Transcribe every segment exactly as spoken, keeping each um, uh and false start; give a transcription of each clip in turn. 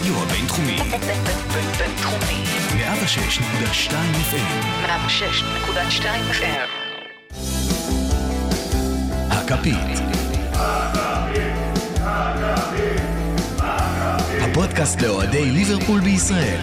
הרדיו הבינתחומי. בינתחומי. מאה ושש נקודה שתיים אף אם. מאה ושש נקודה שתיים אף אם. הכפית. הפודקאסט לאוהדי ליברפול בישראל.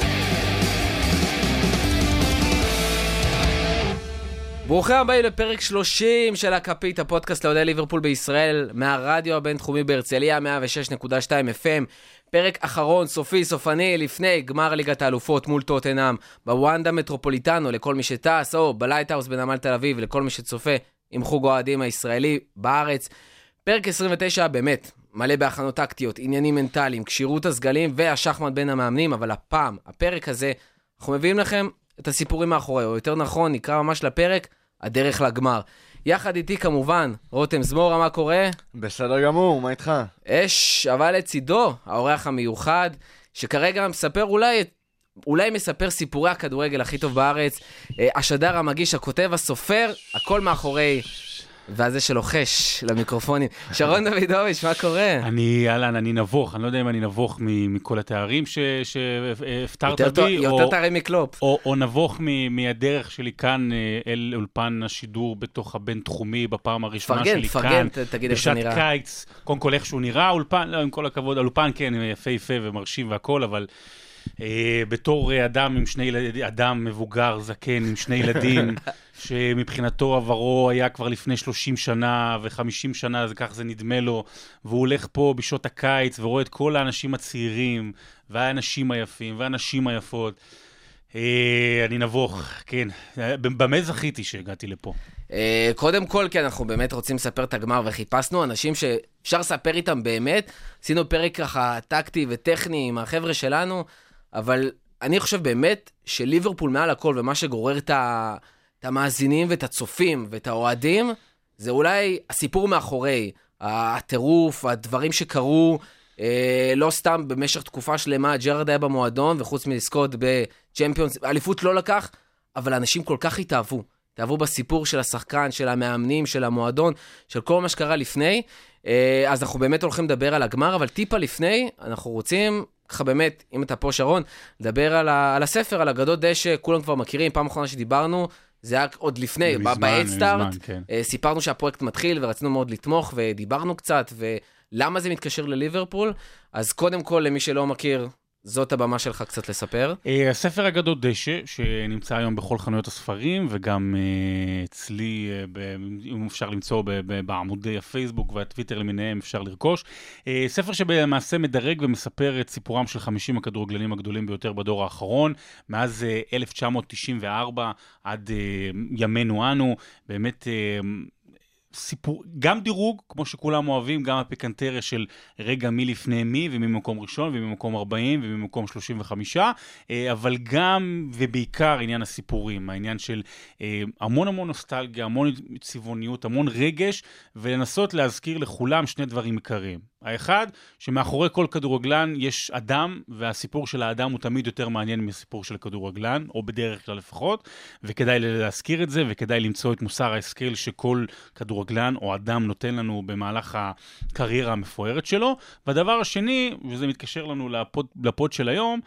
ברוכים הבאים לפרק שלושים של הכפית, הפודקאסט לאוהדי ליברפול בישראל, מהרדיו הבינתחומי בהרצליה, מאה ושש נקודה שתיים אף אם. פרק אחרון, סופי, סופני, לפני גמר ליגת האלופות מול טוטנהאם, בוונדה מטרופוליטנו, לכל מי שטס, או בלייטהאוס בנמל תל אביב, לכל מי שצופה עם חוג האוהדים הישראלי בארץ. פרק עשרים ותשע באמת מלא בהכנות טקטיות, עניינים מנטליים, כשירות הסגלים והשחמט בין המאמנים, אבל הפעם, הפרק הזה, אנחנו מביאים לכם את הסיפורים מאחורי, או יותר נכון, נקרא ממש לפרק, הדרך לגמר. יחד איתי כמובן, רותם זמורה, מה קורה? בסדר גמור, מה איתך? אש, אבל לצידו, האורח המיוחד, שכרגע מספר אולי, אולי מספר סיפורי הכדורגל הכי טוב בארץ, השדר, המגיש, הכותב, הסופר, הכל מאחורי, והזה שלוחש למיקרופונים. שרון דוידוביץ', מה קורה? אני, אלן, אני נבוך, אני לא יודע אם אני נבוך מכל התארים שהפתרת בי, יותר תארים מקלופ. או נבוך מהדרך שלי כאן אל אולפן השידור בתוך הבינתחומי, בפעם הראשונה שלי כאן. פרגן, תגיד איך זה נראה. בשעת קיץ, קודם כל איך שהוא נראה, אולפן, לא, עם כל הכבוד, האולפן כן, יפה יפה ומרשים והכל, אבל בתור אדם עם שני ילדים, אדם מבוגר, זקן, עם שני ילדים, שמבחינתו עברו היה כבר לפני שלושים שנה ו-חמישים שנה, אז כך זה נדמה לו, והוא הולך פה בשעות הקיץ ורואה את כל האנשים הצעירים, והאנשים היפים, והאנשים היפות. אני נבוך, כן. במה זכיתי שהגעתי לפה? קודם כל, כי אנחנו באמת רוצים לספר את הגמר, וחיפשנו אנשים שאפשר לספר איתם באמת. עשינו פרק ככה טקטי וטכני עם החבר'ה שלנו, אבל אני חושב באמת שליברפול מעל הכל, ומה שגורר את ה... את המאזינים ואת הצופים ואת האוהדים, זה אולי הסיפור מאחורי, הטירוף, הדברים שקרו, אה, לא סתם במשך תקופה שלמה, ג'רארד היה במועדון, וחוץ מלזכות בצ'מפיונס, אליפות לא לקח, אבל אנשים כל כך התאהבו, התאהבו בסיפור של השחקן, של המאמנים, של המועדון, של כל מה שקרה לפני, אה, אז אנחנו באמת הולכים לדבר על הגמר, אבל טיפה לפני, אנחנו רוצים... ככה באמת, אם אתה פה שרון, לדבר על, ה, על הספר, על אגדות דשא, כולם כבר מכירים, פעם אחרונה שדיברנו, זה היה עוד לפני, ב-Head Start, כן. סיפרנו שהפרויקט מתחיל ורצינו מאוד לתמוך, ודיברנו קצת, ולמה זה מתקשר לליברפול, אז קודם כל, למי שלא מכיר, זאת הבמה שלך קצת לספר. הספר אגדות דשא, שנמצא היום בכל חנויות הספרים, וגם אצלי, אם אפשר למצוא בעמודי הפייסבוק והטוויטר למיניהם, אפשר לרכוש. ספר שבמעשה מדרג ומספר את סיפורם של חמישים הכדורגלנים הגדולים ביותר בדור האחרון, מאז אלף תשע מאות תשעים וארבע עד ימינו אנו, באמת... סיפור, גם דירוג, כמו שכולם אוהבים, גם הפיקנטריה של רגע מי לפני מי, וממקום ראשון, וממקום ארבעים, וממקום שלושים וחמש, אבל גם, ובעיקר, עניין הסיפורים, העניין של המון המון נוסטלגיה, המון צבעוניות, המון רגש, ולנסות להזכיר לכולם שני דברים עיקריים. האחד, שמאחורי כל כדורגלן יש אדם, והסיפור של האדם הוא תמיד יותר מעניין מסיפור של כדורגלן, או בדרך כלל לפחות, וכדאי להזכיר את זה, וכדאי למצוא את מוסר ההשכל שכל כדורגלן או אדם נותן לנו במהלך הקריירה המפוארת שלו. והדבר השני, וזה מתקשר לנו לפוד, לפוד של היום,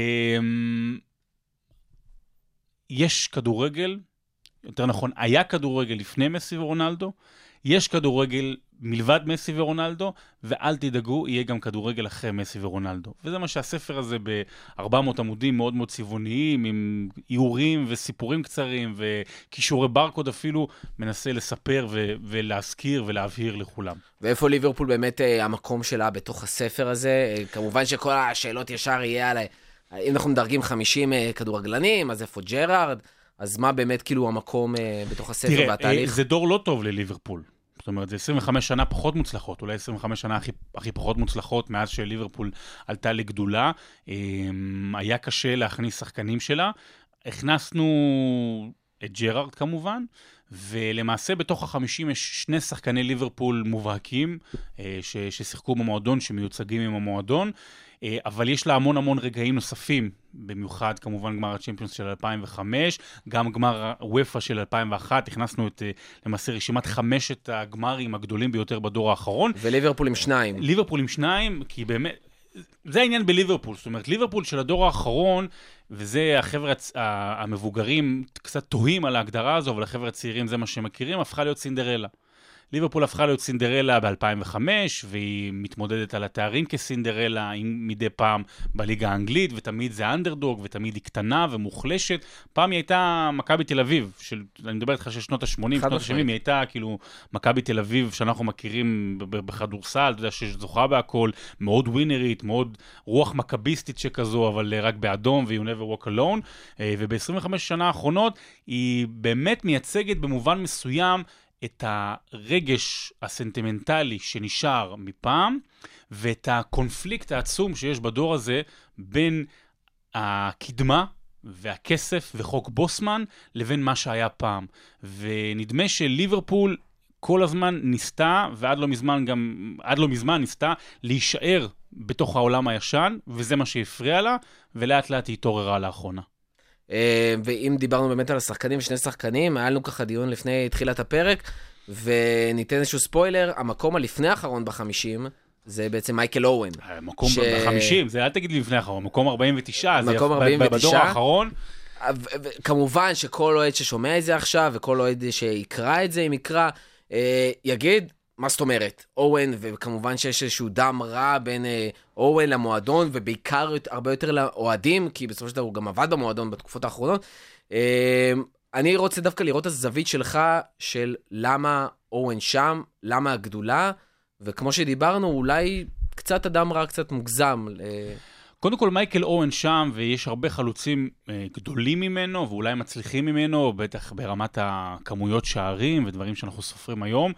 יש כדורגל, יותר נכון, היה כדורגל לפני מסי ורונלדו, יש כדורגל מלבד מסי ורונלדו, ואל תדאגו, יהיה גם כדורגל אחרי מסי ורונלדו. וזה מה שהספר הזה ב-ארבע מאות עמודים מאוד מאוד צבעוניים, עם איורים וסיפורים קצרים, וקישורי ברקוד אפילו, מנסה לספר ו- ולהזכיר ולהבהיר לכולם. ואיפה ליברפול באמת המקום שלה בתוך הספר הזה? כמובן שכל השאלות ישר יהיה עליי, אם אנחנו מדרגים חמישים כדורגלנים, אז איפה ג'רארד? אז מה באמת כאילו המקום בתוך הספר תראה, והתהליך? זה דור לא טוב לליברפול. זאת אומרת, זה עשרים וחמש שנה פחות מוצלחות, אולי עשרים וחמש שנה הכי, הכי פחות מוצלחות מאז שליברפול עלתה לגדולה. היה קשה להכניס שחקנים שלה. הכנסנו את ג'רארד כמובן, ולמעשה בתוך החמישים יש שני שחקני ליברפול מובהקים, ש, ששיחקו במועדון, שמיוצגים עם המועדון, אבל יש לה המון המון רגעים נוספים, במיוחד כמובן גמר הצ'מפיונס של אלפיים וחמש, גם גמר הוופא של אלפיים ואחת, הכנסנו את למעשה רשימת חמשת הגמרים הגדולים ביותר בדור האחרון. וליברפול עם שניים. ליברפול עם שניים, כי באמת, זה העניין בליברפול, זאת אומרת, ליברפול של הדור האחרון, וזה החבר'ה המבוגרים קצת תוהים על ההגדרה הזו, אבל החבר'ה הצעירים זה מה שמכירים, הפכה להיות סינדרלה. ליברפול הפכה להיות סינדרלה ב-אלפיים וחמש, והיא מתמודדת על התארים כסינדרלה מדי פעם בליגה האנגלית, ותמיד זה אנדרדוג, ותמיד היא קטנה ומוחלשת. פעם היא הייתה מכבי תל אביב, של, אני מדבר איתך של שנות ה-שמונים, שנות ה-שבעים, היא הייתה כאילו מכבי תל אביב, שאנחנו מכירים בכדורסל, אתה יודע שזוכה בהכל, מאוד ווינרית, מאוד רוח מכביסטית שכזו, אבל רק באדום, ו-You never walk alone, וב-עשרים וחמש שנה האחרונות, היא באמת מייצגת במובן מסוים, את הרגש הסנטימנטלי שנשאר מפעם, ואת הקונפליקט העצום שיש בדור הזה, בין הקדמה והכסף וחוק בוסמן, לבין מה שהיה פעם. ונדמה שליברפול כל הזמן ניסתה, ועד לא מזמן גם, עד לא מזמן ניסתה, להישאר בתוך העולם הישן, וזה מה שהפריע לה, ולאט לאט היא התעוררה לאחרונה. ואם דיברנו באמת על השחקנים, שני שחקנים, היה לנו ככה דיון לפני תחילת הפרק, וניתן איזשהו ספוילר, המקום הלפני האחרון בחמישים, זה בעצם מייקל אוון. המקום בחמישים, זה אל תגיד לי לפני האחרון, מקום ארבעים ותשע, מקום ארבעים ותשע. בדור האחרון. כמובן שכל אוהד ששומע את זה עכשיו, וכל אוהד שיקרא את זה, אם יקרא, יגיד, מה זאת אומרת? אוון, וכמובן שיש איזשהו דם רע בין אוון למועדון, ובעיקר הרבה יותר לאוהדים, כי בסופו של דבר הוא גם עבד במועדון בתקופות האחרונות. אני רוצה דווקא לראות את הזווית שלך, של למה אוון שם, למה הגדולה, וכמו שדיברנו, אולי קצת אדם רע, קצת מוגזם. קודם כל, מייקל אוון שם, ויש הרבה חלוצים גדולים ממנו, ואולי מצליחים ממנו, בטח ברמת הכמויות שערים, ודברים שאנחנו סופרים היום,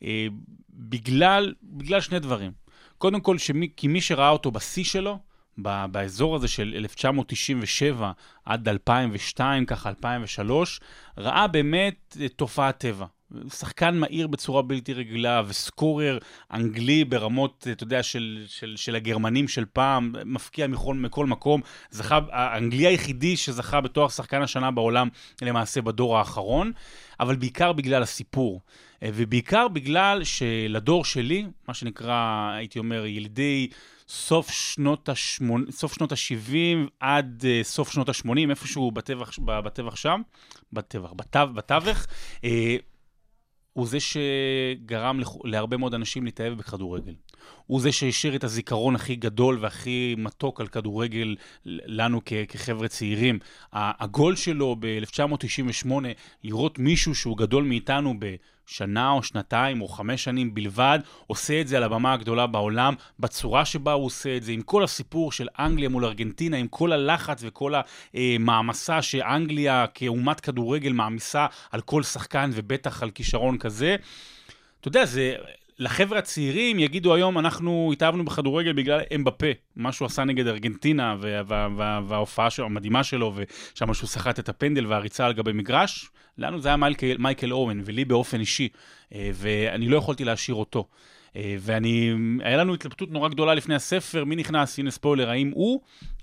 בגלל, בגלל שני דברים. קודם כל, שמי, כי מי שראה אותו בשיא שלו, באזור הזה של אלף תשע מאות תשעים ושבע עד אלפיים ושתיים, ככה אלפיים ושלוש, ראה באמת תופעת טבע. שחקן מהיר בצורה בלתי רגילה, וסקורר אנגלי ברמות, אתה יודע, של, של, של הגרמנים של פעם, מפקיע מכל, מכל מקום. זכה, האנגלי היחידי שזכה בתואר שחקן השנה בעולם, למעשה בדור האחרון, אבל בעיקר בגלל הסיפור. ובעיקר בגלל שלדור שלי, מה שנקרא, הייתי אומר, ילידי סוף שנות השמונים, סוף שנות ה-שבעים עד uh, סוף שנות ה-שמונים, איפשהו בטבח, בטבח שם, בטבח, בטבח, בטבח, uh, הוא זה שגרם להרבה מאוד אנשים להתאהב בכדורגל. הוא זה שהשאיר את הזיכרון הכי גדול והכי מתוק על כדורגל לנו כ- כחבר'ה צעירים. הגול שלו ב-אלף תשע מאות תשעים ושמונה, לראות מישהו שהוא גדול מאיתנו בשנה או שנתיים או חמש שנים בלבד, עושה את זה על הבמה הגדולה בעולם, בצורה שבה הוא עושה את זה, עם כל הסיפור של אנגליה מול ארגנטינה, עם כל הלחץ וכל המעמסה שאנגליה כאומת כדורגל מעמיסה על כל שחקן ובטח על כישרון כזה. אתה יודע, זה... לחבר'ה הצעירים יגידו היום, אנחנו התאהבנו בכדורגל בגלל אמבפה, מה שהוא עשה נגד ארגנטינה, וההופעה המדהימה שלו, ושם שהוא שחט את הפנדל והריצה על גבי מגרש. לנו זה היה מייקל, מייקל אוון, ולי באופן אישי, ואני לא יכולתי להשאיר אותו. ואני, היה לנו התלבטות נורא גדולה לפני הספר, מי נכנס, הנה ספוילר, האם הוא,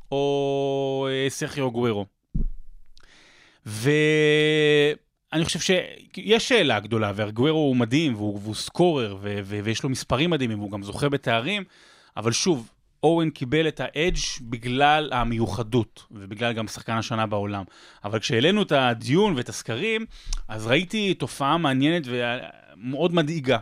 או סרחיו אגוארו. ו... אני חושב שיש שאלה גדולה, ואגוארו הוא מדהים, והוא, והוא סקורר, ו- ו- ויש לו מספרים מדהימים, והוא גם זוכה בתארים, אבל שוב, אוון קיבל את האדג' בגלל המיוחדות, ובגלל גם שחקן השנה בעולם. אבל כשהעלינו את הדיון ואת הסקרים, אז ראיתי תופעה מעניינת ומאוד מדאיגה.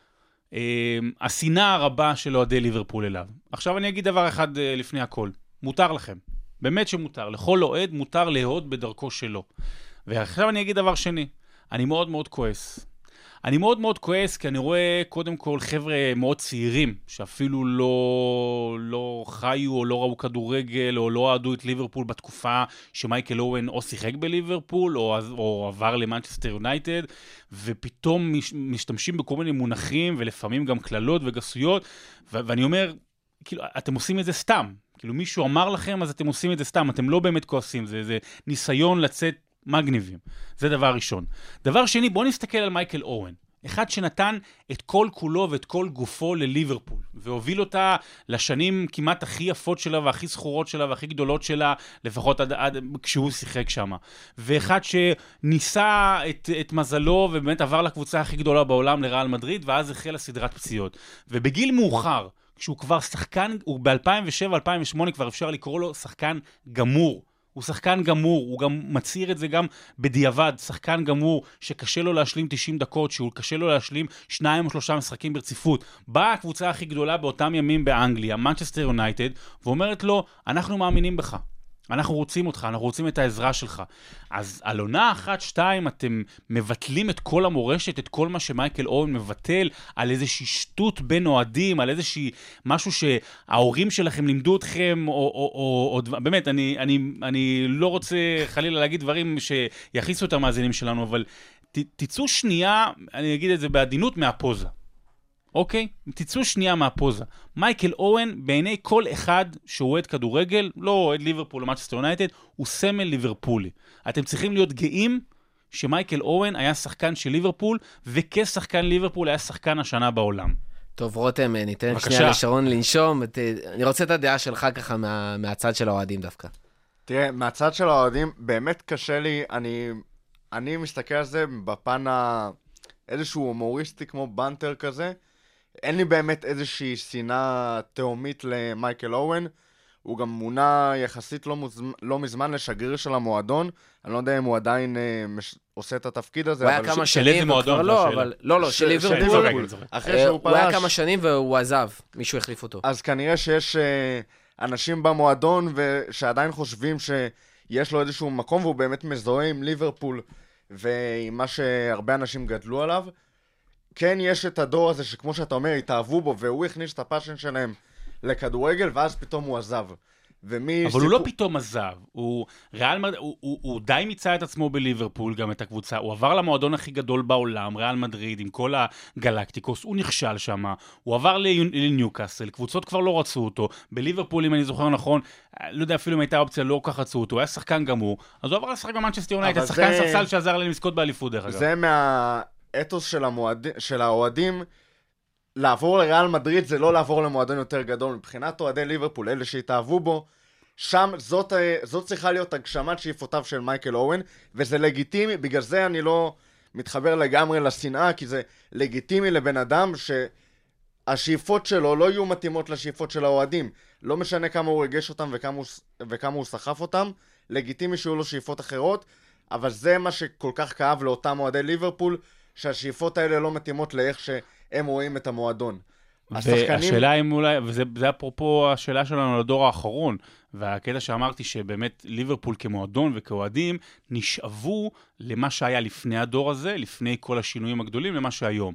השנאה הרבה של אוהדי ליברפול אליו. עכשיו אני אגיד דבר אחד לפני הכל. מותר לכם. באמת שמותר. לכל אוהד מותר לאהוד בדרכו שלו. ועכשיו אני אגיד דבר שני, אני מאוד מאוד כועס. אני מאוד מאוד כועס כי אני רואה קודם כל חבר'ה מאוד צעירים, שאפילו לא, לא חיו או לא ראו כדורגל או לא אהדו את ליברפול בתקופה שמייקל אוון או שיחק בליברפול או, או עבר למנצ'סטר יונייטד, ופתאום משתמשים בכל מיני מונחים ולפעמים גם כללות וגסויות, ו- ואני אומר, כאילו, אתם עושים את זה סתם. כאילו מישהו אמר לכם, אז אתם עושים את זה סתם, אתם לא באמת כועסים, זה, זה ניסיון לצאת מגניבים. זה דבר ראשון. דבר שני, בואו נסתכל על מייקל אוון. אחד שנתן את כל כולו ואת כל גופו לליברפול, והוביל אותה לשנים כמעט הכי יפות שלה והכי סחורות שלה והכי גדולות שלה, לפחות עד, עד כשהוא שיחק שם. ואחד שניסה את, את מזלו ובאמת עבר לקבוצה הכי גדולה בעולם, לריאל מדריד, ואז החלה סדרת פציעות. ובגיל מאוחר, כשהוא כבר שחקן, הוא ב-אלפיים ושבע אלפיים ושמונה כבר אפשר לקרוא לו שחקן גמור. הוא שחקן גמור, הוא גם מצהיר את זה גם בדיעבד, שחקן גמור שקשה לו להשלים תשעים דקות, שהוא קשה לו להשלים שניים או שלושה משחקים ברציפות. באה הקבוצה הכי גדולה באותם ימים באנגליה, מנצ'סטר יונייטד, ואומרת לו, אנחנו מאמינים בך. אנחנו רוצים אותך, אנחנו רוצים את העזרה שלך. אז על עונה אחת, שתיים, אתם מבטלים את כל המורשת, את כל מה שמייקל אוהן מבטל, על איזושהי שטות בין אוהדים, על איזושהי משהו שההורים שלכם לימדו אתכם, או, או, או, או באמת, אני, אני, אני לא רוצה חלילה להגיד דברים שיחיסו את המאזינים שלנו, אבל ת, תצאו שנייה, אני אגיד את זה בעדינות, מהפוזה. אוקיי? תצאו שנייה מהפוזה. מייקל אוהן, בעיני כל אחד שהוא אוהד כדורגל, לא אוהד ליברפול או מנצ'סטר יונייטד, הוא סמל ליברפולי. אתם צריכים להיות גאים שמייקל אוהן היה שחקן של ליברפול, וכשחקן ליברפול היה שחקן השנה בעולם. טוב, רותם, ניתן שנייה לשרון לנשום. אני רוצה את הדעה שלך ככה מה, מהצד של האוהדים דווקא. תראה, מהצד של האוהדים, באמת קשה לי, אני, אני מסתכל על זה בפן ה... איזשהו הומוריסטי כמו בנטר כזה, אין לי באמת איזושהי שנאה תאומית למייקל אוהן, הוא גם מונה יחסית לא, מוז... לא מזמן לשגריר של המועדון, אני לא יודע אם הוא עדיין אה, מש... עושה את התפקיד הזה. הוא היה כמה שנים, לא, אבל... לא, לא, של ליברפול. אחרי שהוא פרש. הוא היה כמה שנים והוא עזב, מישהו החליף אותו. אז כנראה שיש אה, אנשים במועדון שעדיין חושבים שיש לו איזשהו מקום, והוא באמת מזוהה עם ליברפול, ועם מה שהרבה אנשים גדלו עליו. כן, יש את הדור הזה שכמו שאתה אומר, התאהבו בו, והוא הכניס את הפאשן שלהם לכדורגל, ואז פתאום הוא עזב. ומי אבל סיפור... הוא לא פתאום עזב, הוא, ריאל מד... הוא, הוא, הוא די מיצה את עצמו בליברפול, גם את הקבוצה, הוא עבר למועדון הכי גדול בעולם, ריאל מדריד, עם כל הגלקטיקוס, הוא נכשל שם, הוא עבר לניוקאסל, קבוצות כבר לא רצו אותו, בליברפול, אם אני זוכר נכון, לא יודע אפילו אם הייתה אופציה, לא כך רצו אותו, הוא היה שחקן גמור, אז הוא עבר לשחק במנצ'סטר יונייטד, שחקן זה... ספסל שעזר להם לזכות באליפות דרך אגב. זה מהאתוס של, המועד... של האוהדים, לעבור לריאל מדריד זה לא לעבור למועדון יותר גדול, מבחינת אוהדי ליברפול, אלה שהתאהבו בו, שם זאת, זאת צריכה להיות הגשמת שאיפותיו של מייקל אוהן, וזה לגיטימי, בגלל זה אני לא מתחבר לגמרי לשנאה, כי זה לגיטימי לבן אדם שהשאיפות שלו לא יהיו מתאימות לשאיפות של האוהדים, לא משנה כמה הוא רגש אותם וכמה הוא, וכמה הוא סחף אותם, לגיטימי שיהיו לו שאיפות אחרות, אבל זה מה שכל כך כאב לאותם אוהדי ליברפול, שהשאיפות האלה לא מתאימות לאיך שהם רואים את המועדון. והשאלה אם אולי, וזה זה אפרופו השאלה שלנו לדור האחרון, והקטע שאמרתי שבאמת ליברפול כמועדון וכאוהדים נשאבו למה שהיה לפני הדור הזה, לפני כל השינויים הגדולים, למה שהיום.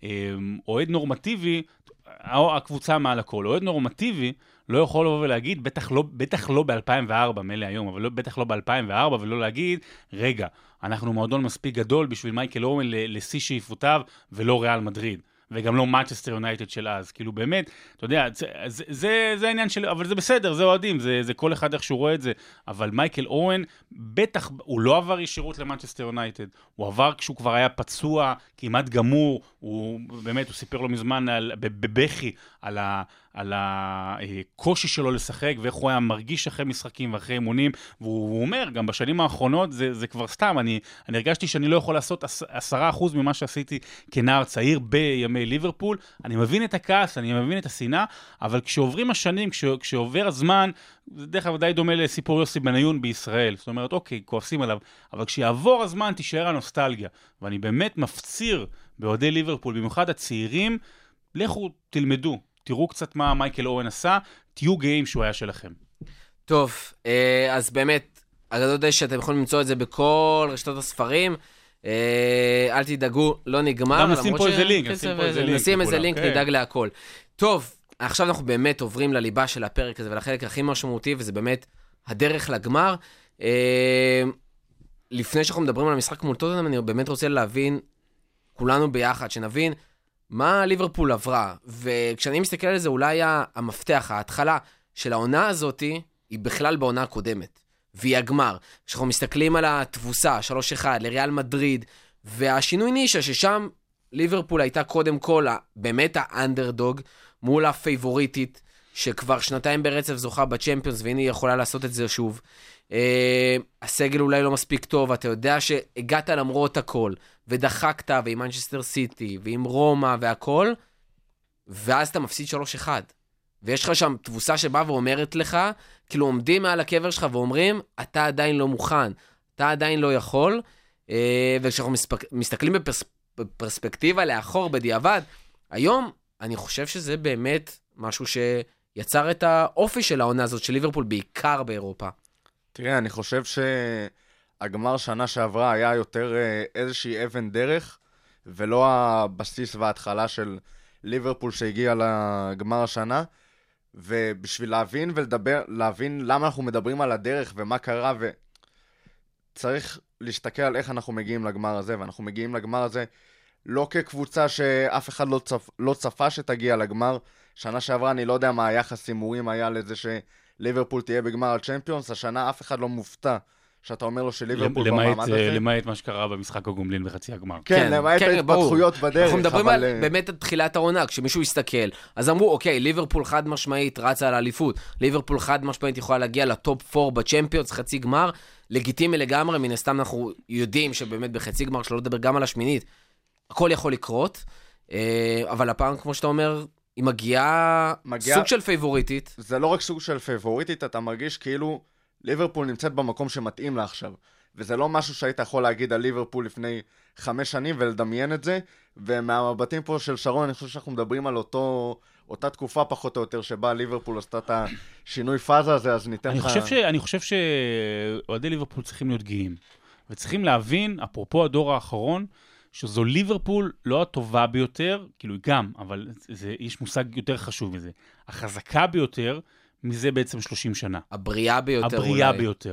אוהד נורמטיבי, הקבוצה מעל הכל, אוהד נורמטיבי לא יכול לבוא ולהגיד, בטח לא, בטח לא ב-אלפיים וארבע, מלא היום, אבל לא, בטח לא ב-אלפיים וארבע, ולא להגיד, רגע, אנחנו מועדון מספיק גדול בשביל מייקל אוהן לשיא שאיפותיו, ולא ריאל מדריד. וגם לא מנצ'סטר יונייטד של אז. כאילו באמת, אתה יודע, זה, זה, זה, זה העניין של, אבל זה בסדר, זה אוהדים, זה, זה כל אחד איך שהוא רואה את זה. אבל מייקל אוהן, בטח, הוא לא עבר ישירות למנצ'סטר יונייטד. הוא עבר כשהוא כבר היה פצוע, כמעט גמור, הוא באמת, הוא סיפר לו מזמן על, בבכי על ה... על הקושי שלו לשחק, ואיך הוא היה מרגיש אחרי משחקים ואחרי אימונים, והוא אומר, גם בשנים האחרונות, זה, זה כבר סתם, אני, אני הרגשתי שאני לא יכול לעשות עשרה אחוז ממה שעשיתי כנער צעיר בימי ליברפול, אני מבין את הכעס, אני מבין את השנאה, אבל כשעוברים השנים, כש, כשעובר הזמן, זה דרך כלל די דומה לסיפור יוסי בניון בישראל, זאת אומרת, אוקיי, כועסים עליו, אבל כשיעבור הזמן תישאר הנוסטלגיה, ואני באמת מפציר באוהדי ליברפול, במיוחד הצעירים, לכו תלמדו, תראו קצת מה מייקל אוהן עשה, תהיו גאים שהוא היה שלכם. טוב, אז באמת, אני לא יודע שאתם יכולים למצוא את זה בכל רשתות הספרים, אל תדאגו, לא נגמר. גם נשים פה איזה לינק, נשים איזה לינק, נדאג להכל. טוב, עכשיו אנחנו באמת עוברים לליבה של הפרק הזה, ולחלק הכי משמעותי, וזה באמת הדרך לגמר. לפני שאנחנו מדברים על המשחק מול טוטנהאם, אני באמת רוצה להבין, כולנו ביחד, שנבין, מה ליברפול עברה, וכשאני מסתכל על זה, אולי המפתח, ההתחלה של העונה הזאת, היא בכלל בעונה הקודמת, והיא הגמר. כשאנחנו מסתכלים על התבוסה, שלוש אחד, לריאל מדריד, והשינוי נישה, ששם ליברפול הייתה קודם כל, באמת האנדרדוג, מול הפייבוריטית, שכבר שנתיים ברצף זוכה בצ'מפיונס, והנה היא יכולה לעשות את זה שוב. הסגל אולי לא מספיק טוב, אתה יודע שהגעת למרות הכל, ודחקת, ועם מנצ'סטר סיטי, ועם רומא והכל, ואז אתה מפסיד שלוש אחד. ויש לך שם תבוסה שבאה ואומרת לך, כאילו עומדים מעל הקבר שלך ואומרים, אתה עדיין לא מוכן, אתה עדיין לא יכול, וכשאנחנו מסתכלים בפרספקטיבה לאחור בדיעבד, היום אני חושב שזה באמת משהו שיצר את האופי של העונה הזאת של ליברפול, בעיקר באירופה. תראה, אני חושב שהגמר שנה שעברה היה יותר איזושהי אבן דרך, ולא הבסיס וההתחלה של ליברפול שהגיע לגמר השנה, ובשביל להבין ולדבר, להבין למה אנחנו מדברים על הדרך ומה קרה, וצריך להסתכל על איך אנחנו מגיעים לגמר הזה, ואנחנו מגיעים לגמר הזה לא כקבוצה שאף אחד לא, צפ... לא צפה שתגיע לגמר. שנה שעברה אני לא יודע מה היחס הימורים היה לזה שליברפול תהיה בגמר הצ'מפיונס, השנה אף אחד לא מופתע שאתה אומר לו שליברפול במעמד הזה. למעט מה שקרה במשחק הגומלין בחצי הגמר. כן, למעט ההתפתחויות בדרך. אנחנו מדברים על באמת את תחילת העונה, כשמישהו יסתכל. אז אמרו, אוקיי, ליברפול חד משמעית רצה על האליפות, ליברפול חד משמעית יכולה להגיע לטופ ארבע בצ'מפיונס, חצי גמר, לגיטימי לגמרי, מן הסתם אנחנו יודעים שבאמת בחצי גמר, שלא לדבר גם על השמינית, הכל יכול לקרות, אבל הפעם, כמו שאתה אומר, היא מגיעה סוג של פייבוריטית. זה לא רק סוג של פייבוריטית, אתה מרגיש כאילו ליברפול נמצאת במקום שמתאים לה עכשיו, וזה לא משהו שהיית יכול להגיד על ליברפול לפני חמש שנים ולדמיין את זה, ומהמבטים פה של שרון אני חושב שאנחנו מדברים על אותו, אותה תקופה פחות או יותר שבה ליברפול עשתה את השינוי פאזה הזה, אז ניתן לך... אני חושב שאוהדי ליברפול צריכים להיות גאים, וצריכים להבין, אפרופו הדור האחרון, שזו ליברפול לא הטובה ביותר, כאילו היא גם, אבל זה, יש מושג יותר חשוב מזה, החזקה ביותר, מזה בעצם שלושים שנה. הבריאה ביותר הבריאה אולי. ביותר.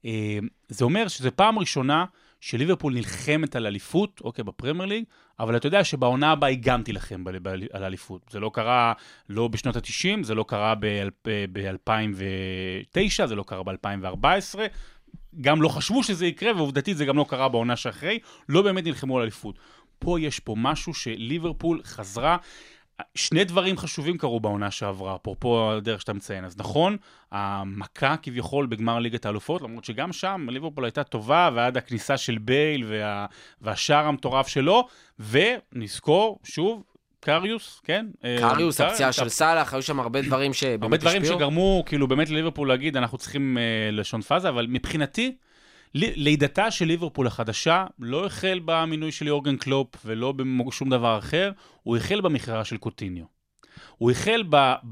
זה אומר שזו פעם ראשונה שליברפול נלחמת על אליפות, אוקיי, בפרמייר ליג, אבל אתה יודע שבעונה הבאה היא גם תילחם על אליפות. זה לא קרה לא בשנות ה-תשעים, זה לא קרה ב-אלפיים ותשע, זה לא קרה ב-אלפיים וארבע עשרה, גם לא חשבו שזה יקרה, ועובדתית זה גם לא קרה בעונה שאחרי, לא באמת נלחמו על אליפות. פה יש פה משהו שליברפול חזרה, שני דברים חשובים קרו בעונה שעברה, אפרופו הדרך שאתה מציין. אז נכון, המכה כביכול בגמר ליגת האלופות, למרות שגם שם ליברפול הייתה טובה, ועד הכניסה של בייל וה, והשער המטורף שלו, ונזכור, שוב, קריוס, כן? קריוס, הפציעה של סלאח, היו שם הרבה דברים שבאמת השפיעו. הרבה דברים שגרמו, כאילו, באמת לליברפול להגיד, אנחנו צריכים לשון פאזה, אבל מבחינתי, לידתה של ליברפול החדשה לא החל במינוי של יורגן קלופ ולא בשום דבר אחר, הוא החל במכירה של קוטיניו. הוא החל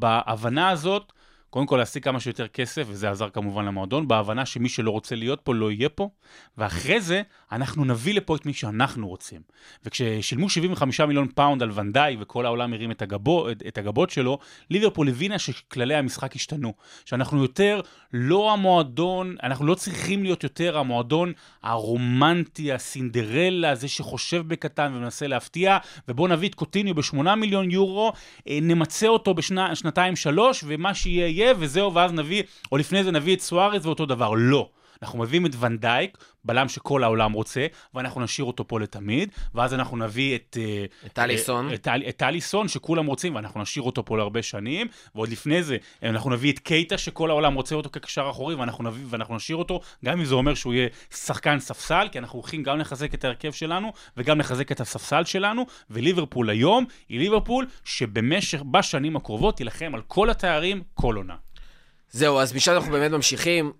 בהבנה הזאת, קודם כל להשיג כמה שיותר כסף, וזה עזר כמובן למועדון, בהבנה שמי שלא רוצה להיות פה לא יהיה פה, ואחרי זה אנחנו נביא לפה את מי שאנחנו רוצים. וכששילמו שבעים וחמישה מיליון פאונד על ונדאי, וכל העולם הרים את, הגבו, את הגבות שלו, ליברפול הבינה שכללי המשחק השתנו. שאנחנו יותר לא המועדון, אנחנו לא צריכים להיות יותר המועדון הרומנטי, הסינדרלה, זה שחושב בקטן ומנסה להפתיע, ובוא נביא את קוטיניו בשמונה מיליון יורו, נמצא אותו בשנתיים שלוש, ומה שיהיה יהיה, וזהו, ואז נביא, או לפני זה נביא את סוארז ואותו דבר. לא. אנחנו מביאים את ונדייק, בלם שכל העולם רוצה, ואנחנו נשאיר אותו פה לתמיד, ואז אנחנו נביא את... את אליסון. את, את אליסון, שכולם רוצים, ואנחנו נשאיר אותו פה להרבה שנים, ועוד לפני זה, אנחנו נביא את קייטה, שכל העולם רוצה אותו כקשר אחורי, ואנחנו נביא, ואנחנו נשאיר אותו, גם אם זה אומר שהוא יהיה שחקן ספסל, כי אנחנו הולכים גם לחזק את ההרכב שלנו, וגם לחזק את הספסל שלנו, וליברפול היום, היא ליברפול שבמשך, בשנים הקרובות, תילחם על כל התארים, כל עונה. זהו, אז בשביל אנחנו באמת ממשיכים,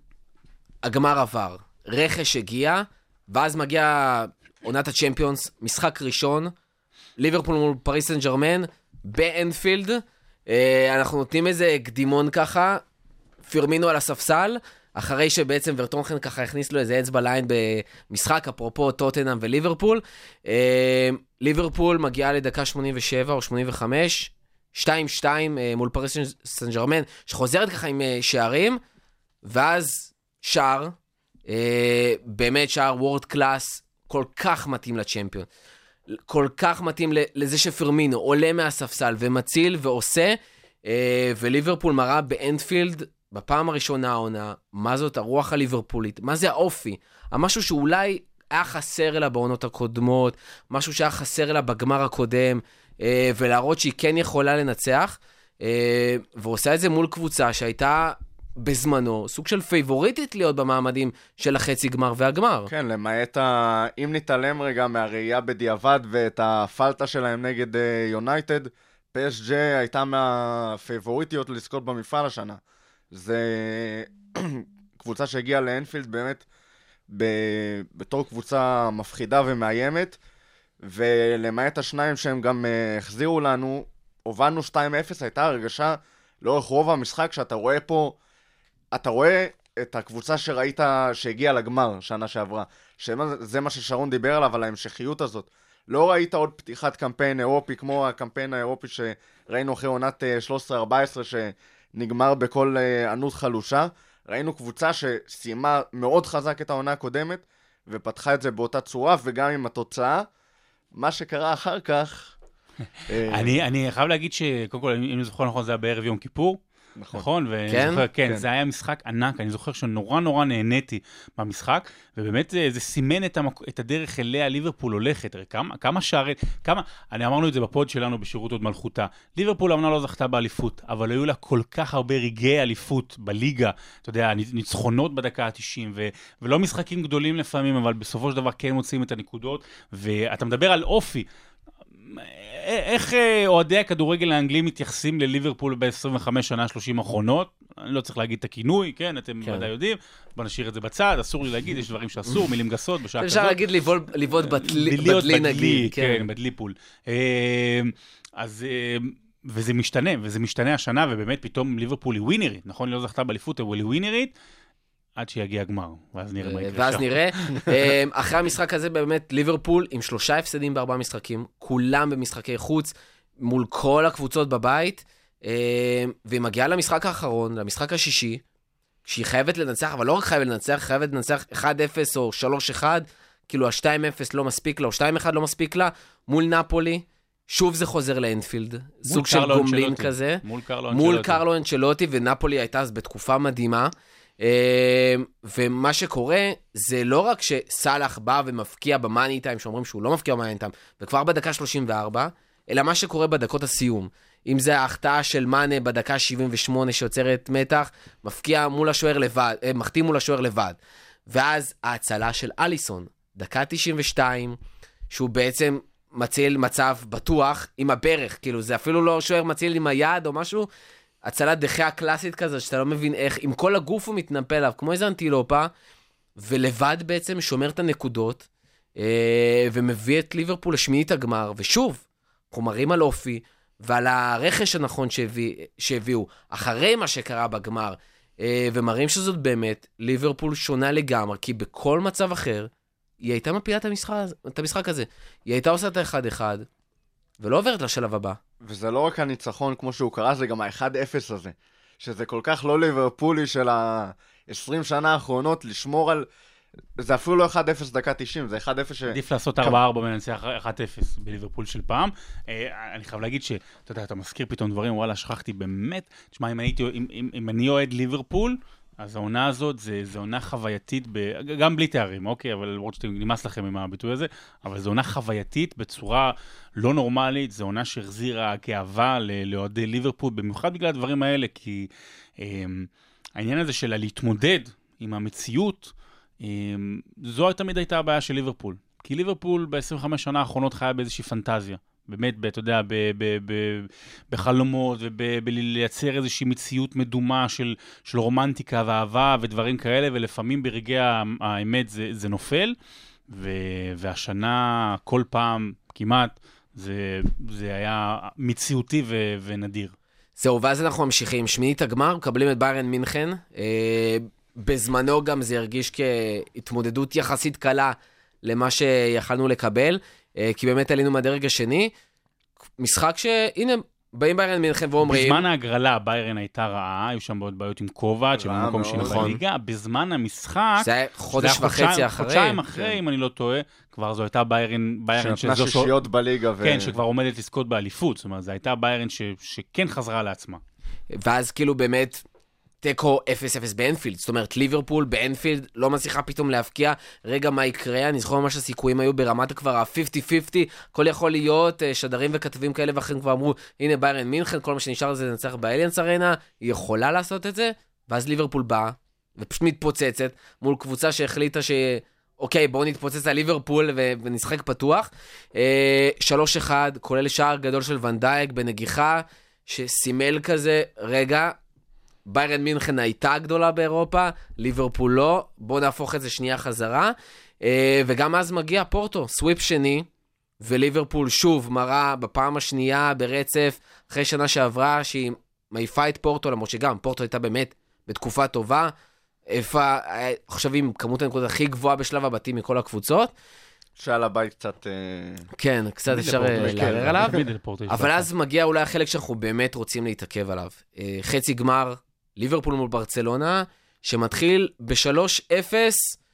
הגמר עבר, רכש הגיע, ואז מגיע עונת הצ'מפיונס, משחק ראשון, ליברפול מול פריס סן ז'רמן, באנפילד, אנחנו נותנים איזה קדימון ככה, פירמינו על הספסל, אחרי שבעצם ורטונחן ככה הכניס לו איזה אצבע ליין במשחק, אפרופו טוטנהאם וליברפול, ליברפול מגיעה לדקה שמונים ושבע או שמונים וחמש, שתיים שתיים מול פריס סן ז'רמן, שחוזרת ככה עם שערים, ואז שער, אה, באמת שער וורד קלאס, כל כך מתאים לצ'מפיון. כל כך מתאים לזה שפרמינו עולה מהספסל ומציל ועושה, אה, וליברפול מראה באנפילד, בפעם הראשונה העונה, מה זאת הרוח הליברפולית, מה זה האופי, המשהו שאולי היה חסר לה בעונות הקודמות, משהו שהיה חסר לה בגמר הקודם, אה, ולהראות שהיא כן יכולה לנצח, אה, ועושה את זה מול קבוצה שהייתה... בזמנו, סוג של פייבוריטית להיות במעמדים של החצי גמר והגמר. כן, למעט ה... אם נתעלם רגע מהראייה בדיעבד ואת הפלטה שלהם נגד יונייטד, פי אס ג'י הייתה מהפייבוריטיות לזכות במפעל השנה. זה קבוצה שהגיעה לאנפילד באמת ב- בתור קבוצה מפחידה ומאיימת, ולמעט השניים שהם גם uh, החזירו לנו, הובלנו שתיים אפס, הייתה הרגשה לאורך רוב המשחק שאתה רואה פה, אתה רואה את הקבוצה שראית שהגיעה לגמר שנה שעברה, שזה מה ששרון דיבר עליו, על ההמשכיות הזאת. לא ראית עוד פתיחת קמפיין אירופי כמו הקמפיין האירופי שראינו אחרי עונת שלוש עשרה ארבע עשרה שנגמר בכל ענות חלושה. ראינו קבוצה שסיימה מאוד חזק את העונה הקודמת ופתחה את זה באותה צורה, וגם עם התוצאה, מה שקרה אחר כך... אני, אני חייב להגיד שקודם כל, אם אני זוכר נכון, זה היה בערב יום כיפור. נכון, נכון, כן? זוכר, כן, כן, זה היה משחק ענק, אני זוכר שנורא נורא נהניתי במשחק, ובאמת זה, זה סימן את, המק... את הדרך אליה ליברפול הולכת, כמה, כמה שערי, כמה, אני אמרנו את זה בפוד שלנו בשירות עוד מלכותה, ליברפול אמנה לא זכתה באליפות, אבל היו לה כל כך הרבה רגעי אליפות בליגה, אתה יודע, ניצחונות בדקה ה-תשעים, ו... ולא משחקים גדולים לפעמים, אבל בסופו של דבר כן מוצאים את הנקודות, ואתה מדבר על אופי, איך אוהדי הכדורגל האנגלים מתייחסים לליברפול ב-עשרים וחמש שנה שלושים האחרונות? אני לא צריך להגיד את הכינוי, כן, אתם ודאי יודעים, בוא נשאיר את זה בצד, אסור לי להגיד, יש דברים שאסור, מילים גסות בשעה כזאת. אפשר להגיד לבעוט בדלי נגיד. כן, בדליפול. אז, וזה משתנה, וזה משתנה השנה, ובאמת פתאום ליברפול היא ווינרית, נכון? היא לא זכתה באליפות, אבל היא ווינרית, עד שיגיע הגמר, ואז נראה מה יקרה. ואז נראה. אחרי המשחק הזה באמת ליברפול עם שלושה הפסדים בארבעה משחקים, כולם במשחקי חוץ, מול כל הקבוצות בבית, והיא מגיעה למשחק האחרון, למשחק השישי, שהיא חייבת לנצח, אבל לא רק חייבת לנצח, חייבת לנצח אחד אפס או שלוש אחד, כאילו ה-שתיים אפס לא מספיק לה, או שתיים אחד לא מספיק לה, מול נפולי, שוב זה חוזר לאנפילד, סוג של גומלין כזה, מול קרלו אנצ'לוטי, ונפולי הייתה אז בתקופה מדהימה, ומה שקורה זה לא רק שסלח בא ומפקיע במאני טיים, שאומרים שהוא לא מפקיע במאני טיים, וכבר בדקה שלושים וארבע, אלא מה שקורה בדקות הסיום. אם זה ההחטאה של מאנה בדקה שבעים ושמונה שיוצרת מתח, מפקיע מול השוער לבד, מחתים מול השוער לבד. ואז ההצלה של אליסון, דקה תשעים ושתיים, שהוא בעצם מציל מצב בטוח עם הברך, כאילו זה אפילו לא שוער מציל עם היד או משהו, הצלת דחיה קלאסית כזה, שאתה לא מבין איך, עם כל הגוף הוא מתנפל עליו, כמו איזה אנטילופה, ולבד בעצם שומר את הנקודות, אה, ומביא את ליברפול לשמינית הגמר, ושוב, חומרים על אופי, ועל הרכש הנכון שהביא, שהביאו, אחרי מה שקרה בגמר, אה, ומראים שזאת באמת, ליברפול שונה לגמרי, כי בכל מצב אחר, היא הייתה מפילה את המשחק, את המשחק הזה, היא הייתה עושה את האחד אחד, ולא עוברת לשלב הבא. וזה לא רק הניצחון כמו שהוא קרא, זה גם ה-אחד אפס הזה. שזה כל כך לא ליברפולי של ה-עשרים שנה האחרונות, לשמור על... זה אפילו לא אחד אפס דקה תשעים, זה אחד אפס ש... עדיף לעשות ארבע ארבע מנצח אחד אפס בליברפול של פעם. אני חייב להגיד שאתה יודע, אתה מזכיר פתאום דברים, וואלה, שכחתי באמת. תשמע, אם, הייתי, אם, אם, אם אני אוהד ליברפול, אז העונה הזאת, זה, זה עונה חווייתית, ב... גם בלי תארים, אוקיי, אבל למרות שאתם נמאס לכם עם הביטוי הזה, אבל זו עונה חווייתית בצורה לא נורמלית, זו עונה שהחזירה כאהבה לאוהדי ליברפול, במיוחד בגלל הדברים האלה, כי אה, העניין הזה של להתמודד עם המציאות, אה, זו תמיד הייתה הבעיה של ליברפול. כי ליברפול ב-עשרים וחמש שנה האחרונות חיה באיזושהי פנטזיה. באמת, אתה יודע, בחלומות ובלייצר איזושהי מציאות מדומה של, של רומנטיקה ואהבה ודברים כאלה, ולפעמים ברגעי האמת זה, זה נופל, ו, והשנה כל פעם כמעט זה, זה היה מציאותי ו, ונדיר. זהו, ואז אנחנו ממשיכים. שמינית הגמר, מקבלים את ביירן מינכן. אה, בזמנו גם זה הרגיש כהתמודדות יחסית קלה למה שיכלנו לקבל. כי באמת עלינו מהדרג השני, משחק שהנה, באים ביירן מינכן ואומרים... בזמן ההגרלה, ביירן הייתה רעה, היו שם מאוד בעיות עם קובץ' שבמקום שני בליגה, בזמן המשחק... זה היה חודש וחצי אחרי. חודשיים אחרי, אם אני לא טועה, כבר זו הייתה ביירן... שנתנה שישיות בליגה. כן, שכבר עומדת לזכות באליפות, זאת אומרת, זו הייתה ביירן שכן חזרה לעצמה. ואז כאילו באמת... טקו אפס אפס באנפילד, זאת אומרת ליברפול באנפילד לא מצליחה פתאום להפקיע, רגע מה יקרה, אני זוכר ממש הסיכויים היו ברמת כבר ה-חמישים חמישים, הכל יכול להיות, שדרים וכתבים כאלה ואחרים כבר אמרו, הנה ביירן מינכן, כל מה שנשאר זה לנצח באליאנס ארנה, היא יכולה לעשות את זה, ואז ליברפול באה, ופשוט מתפוצצת, מול קבוצה שהחליטה ש... אוקיי, בואו נתפוצץ על ליברפול ו- ונשחק פתוח. שלוש אחד, כולל שער גדול של ונדייק בנגיחה, שסימל כזה, רגע, ביירן מינכן הייתה גדולה באירופה, ליברפול לא, בואו נהפוך את זה שנייה חזרה. וגם אז מגיע פורטו, סוויפ שני, וליברפול שוב מראה בפעם השנייה ברצף, אחרי שנה שעברה, שהיא מעיפה את פורטו, למרות שגם פורטו הייתה באמת בתקופה טובה, איפה, עכשיו עם כמות הנקודות הכי גבוהה בשלב הבתים מכל הקבוצות. שעל הבית קצת... כן, קצת אפשר לערער עליו. אבל אז מגיע אולי החלק שאנחנו באמת רוצים להתעכב עליו. חצי גמר, ליברפול מול ברצלונה, שמתחיל ב-שלוש אפס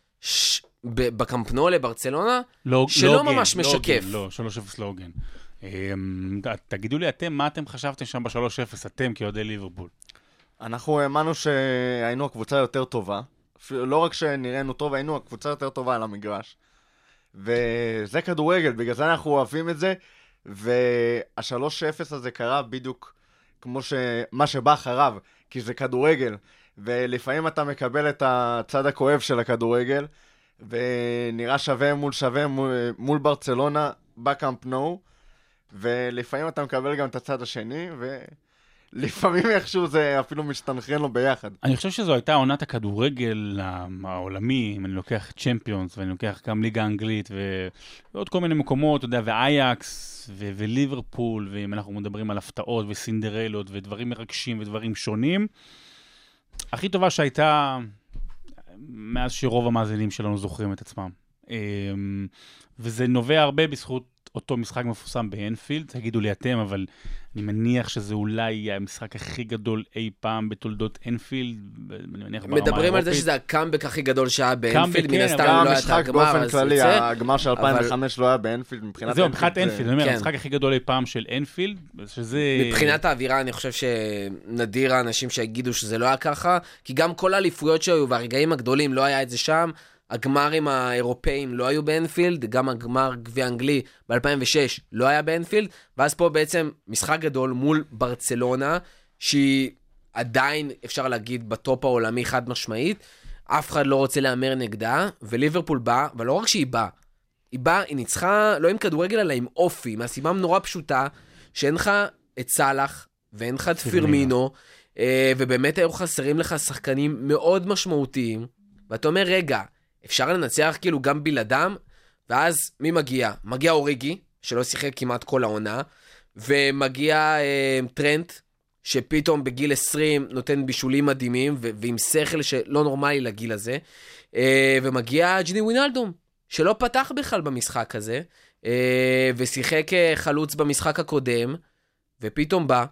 בקמפנו לברצלונה, שלא ממש משקף. לא, שלוש אפס לא הוגן. תגידו לי אתם, מה אתם חשבתם שם ב-שלוש אפס, אתם כאוהדי ליברפול? אנחנו האמנו שהיינו הקבוצה יותר טובה. לא רק שנראינו טוב, היינו הקבוצה יותר טובה על המגרש. וזה כדורגל, בגלל זה אנחנו אוהבים את זה. וה-שלוש אפס הזה קרה בדיוק כמו מה שבא אחריו, כי זה כדורגל. ולפעמים אתה מקבל את הצד הכואב של הכדורגל, ונראה שווה מול שווה מול, מול ברצלונה בקאמפ נו, ולפעמים אתה מקבל גם את הצד השני, ולפעמים איכשהו זה אפילו משתנחרן לו ביחד. אני חושב שזו הייתה עונת הכדורגל העולמי, אם אני לוקח צ'מפיונס, ואני לוקח גם ליגה אנגלית, ועוד כל מיני מקומות, אתה יודע, ואייקס, ו- וליברפול, ואם אנחנו מדברים על הפתעות וסינדרלות, ודברים מרגשים ודברים שונים, הכי טובה שהייתה... מאז שרוב המאזינים שלנו זוכרים את עצמם. וזה נובע הרבה בזכות אותו משחק מפורסם באנפילד, תגידו לי אתם, אבל אני מניח שזה אולי המשחק הכי גדול אי פעם בתולדות אנפילד. מדברים על זה שזה הקאמבק הכי גדול שהיה באנפילד, מן הסתם לא היה את המשחק באופן כללי, הגמר של אלפיים וחמש לא היה באנפילד, מבחינת זהו, מבחינת אנפילד, אני אומר, המשחק הכי גדול אי פעם של אנפילד, שזה... מבחינת האווירה, אני חושב שנדיר האנשים שיגידו שזה לא היה ככה, כי גם כל האליפויות שהיו והרגעים הגדולים לא היה את זה שם, הגמרים האירופאים לא היו באנפילד, גם הגמר גביע אנגלי ב-אלפיים ושש לא היה באנפילד, ואז פה בעצם משחק גדול מול ברצלונה, שהיא עדיין, אפשר להגיד, בטופ העולמי חד משמעית, אף אחד לא רוצה לאמר נגדה, וליברפול בא, אבל לא רק שהיא באה, היא באה, היא ניצחה, לא עם כדורגל, אלא עם אופי, מהסיבה נורא פשוטה, שאין לך את סלח, ואין לך את פירמינו, ובאמת היו חסרים לך שחקנים מאוד משמעותיים, ואתה אומר, רגע, אפשר לנצח כאילו גם בלעדם, ואז מי מגיע? מגיע אוריגי, שלא שיחק כמעט כל העונה, ומגיע אה, טרנט, שפתאום בגיל עשרים נותן בישולים מדהימים, ו- ועם שכל שלא נורמלי לגיל הזה, אה, ומגיע ג'יני ווינלדום, שלא פתח בכלל במשחק הזה, אה, ושיחק חלוץ במשחק הקודם, ופתאום בא,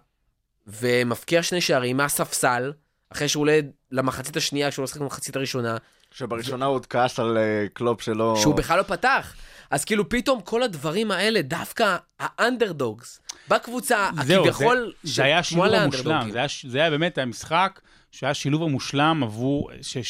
ומפקיע שני שערים מהספסל, אחרי שהוא עולה למחצית השנייה, שהוא לא שחק במחצית הראשונה, שבראשונה הוא עוד כעס על קלופ שלו... שהוא בכלל לא פתח. אז כאילו פתאום כל הדברים האלה, דווקא האנדרדוגס, בקבוצה, הכביכול... זה, זה היה שילוב המושלם, זה היה, זה היה באמת המשחק שהיה שילוב המושלם עבור,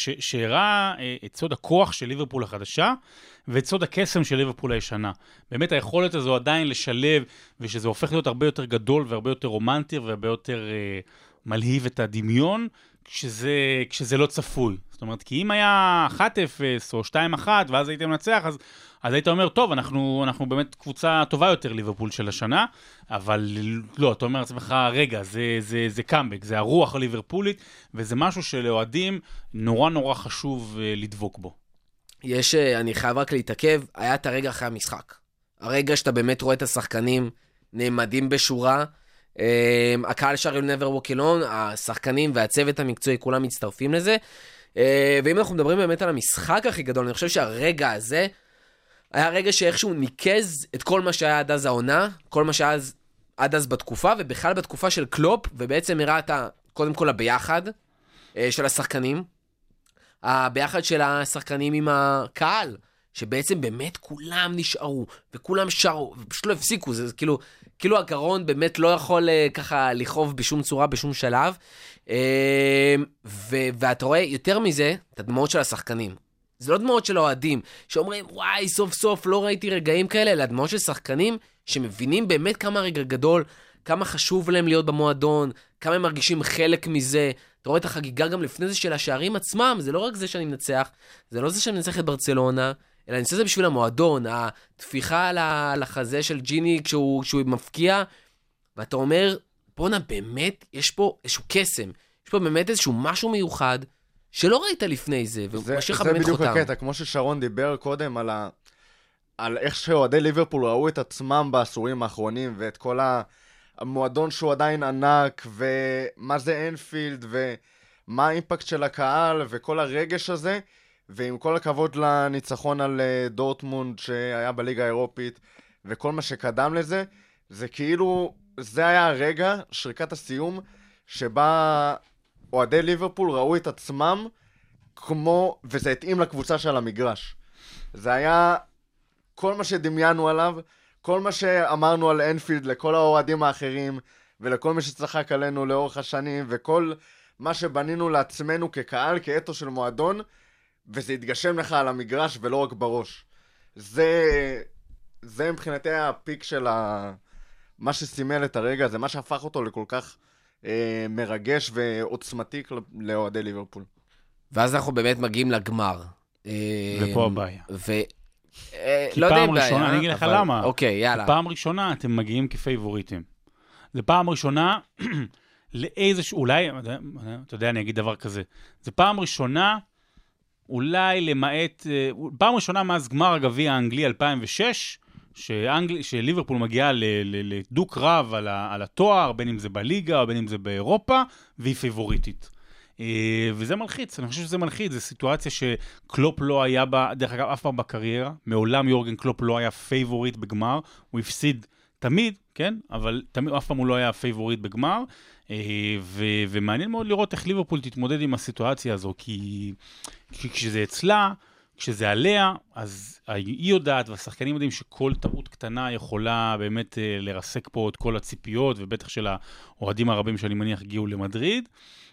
שהראה את סוד הכוח של ליברפול החדשה, ואת סוד הקסם של ליברפול הישנה. באמת היכולת הזו עדיין לשלב, ושזה הופך להיות הרבה יותר גדול, והרבה יותר רומנטי, והרבה יותר אה, מלהיב את הדמיון, כשזה, כשזה לא צפוי. זאת אומרת, כי אם היה אחת אפס או שתיים אחת, ואז הייתם מנצח, אז, אז היית אומר, טוב, אנחנו, אנחנו באמת קבוצה טובה יותר ליברפול של השנה, אבל לא, אתה אומר לעצמך, רגע, זה, זה, זה קאמבק, זה הרוח הליברפולית, וזה משהו שלאוהדים נורא נורא חשוב לדבוק בו. יש, אני חייב רק להתעכב, היה את הרגע אחרי המשחק. הרגע שאתה באמת רואה את השחקנים נעמדים בשורה, הקהל שר You'll Never Walk Alone, השחקנים והצוות המקצועי, כולם מצטרפים לזה, ואם אנחנו מדברים באמת על המשחק הכי גדול, אני חושב שהרגע הזה, היה רגע שאיכשהו ניקז את כל מה שהיה עד אז העונה, כל מה שהיה עד אז בתקופה, ובכלל בתקופה של קלופ, ובעצם הראה את קודם כל הביחד של השחקנים, הביחד של השחקנים עם הקהל, שבעצם באמת כולם נשארו, וכולם שרו, ופשוט לא הפסיקו, זה כאילו, כאילו הגרון באמת לא יכול ככה לחוב בשום צורה, בשום שלב, ו- ואתה רואה יותר מזה, את הדמעות של השחקנים. זה לא דמעות של האוהדים, שאומרים, וואי, סוף סוף לא ראיתי רגעים כאלה, אלא דמעות של שחקנים, שמבינים באמת כמה רגע גדול, כמה חשוב להם להיות במועדון, כמה הם מרגישים חלק מזה. אתה רואה את החגיגה גם לפני זה של השערים עצמם, זה לא רק זה שאני מנצח, זה לא זה שאני מנצח את ברצלונה, אלא אני עושה את זה בשביל המועדון, התפיחה על החזה של ג'יני כשהוא, כשהוא מפקיע, ואתה אומר, בונה, באמת, יש פה איזשהו קסם, יש פה באמת איזשהו משהו מיוחד, שלא ראית לפני זה, ומשך באמת חותם. זה בדיוק הקטע, כמו ששרון דיבר קודם על, ה... על איך שאוהדי ליברפול ראו את עצמם בעשורים האחרונים, ואת כל המועדון שהוא עדיין ענק, ומה זה אנפילד, ומה האימפקט של הקהל, וכל הרגש הזה, ועם כל הכבוד לניצחון על דורטמונד שהיה בליגה האירופית, וכל מה שקדם לזה, זה כאילו, זה היה הרגע, שריקת הסיום, שבה אוהדי ליברפול ראו את עצמם כמו, וזה התאים לקבוצה של המגרש. זה היה כל מה שדמיינו עליו, כל מה שאמרנו על אנפילד לכל האוהדים האחרים, ולכל מי שצחק עלינו לאורך השנים, וכל מה שבנינו לעצמנו כקהל, כאתו של מועדון, וזה התגשם לך על המגרש ולא רק בראש. זה, זה מבחינתי הפיק של ה... מה שסימל את הרגע, זה מה שהפך אותו לכל כך אה, מרגש ועוצמתי לאוהדי ליברפול. ואז אנחנו באמת מגיעים לגמר. ופה הבעיה. ו... כי פעם ראשונה, אני אגיד לך למה. אוקיי, יאללה. פעם ראשונה אתם מגיעים כפייבוריטים. זה פעם ראשונה לאיזשהו, אולי, אתה יודע, אני אגיד דבר כזה. זה פעם ראשונה, אולי למעט, פעם ראשונה מאז גמר הגביע האנגלי אלפיים ושש, שאנגל, שליברפול מגיעה לדוק רב על, ה, על התואר, בין אם זה בליגה או בין אם זה באירופה, והיא פייבוריטית. וזה מלחיץ, אני חושב שזה מלחיץ, זו סיטואציה שקלופ לא היה בה, דרך אגב, אף פעם בקריירה, מעולם יורגן קלופ לא היה פייבוריט בגמר, הוא הפסיד תמיד, כן? אבל תמיד, אף פעם הוא לא היה פייבוריט בגמר, ו, ומעניין מאוד לראות איך ליברפול תתמודד עם הסיטואציה הזו, כי, כי כשזה אצלה, כשזה עליה, אז היא יודעת, והשחקנים יודעים שכל טעות קטנה יכולה באמת לרסק פה את כל הציפיות, ובטח של האוהדים הרבים שאני מניח הגיעו למדריד.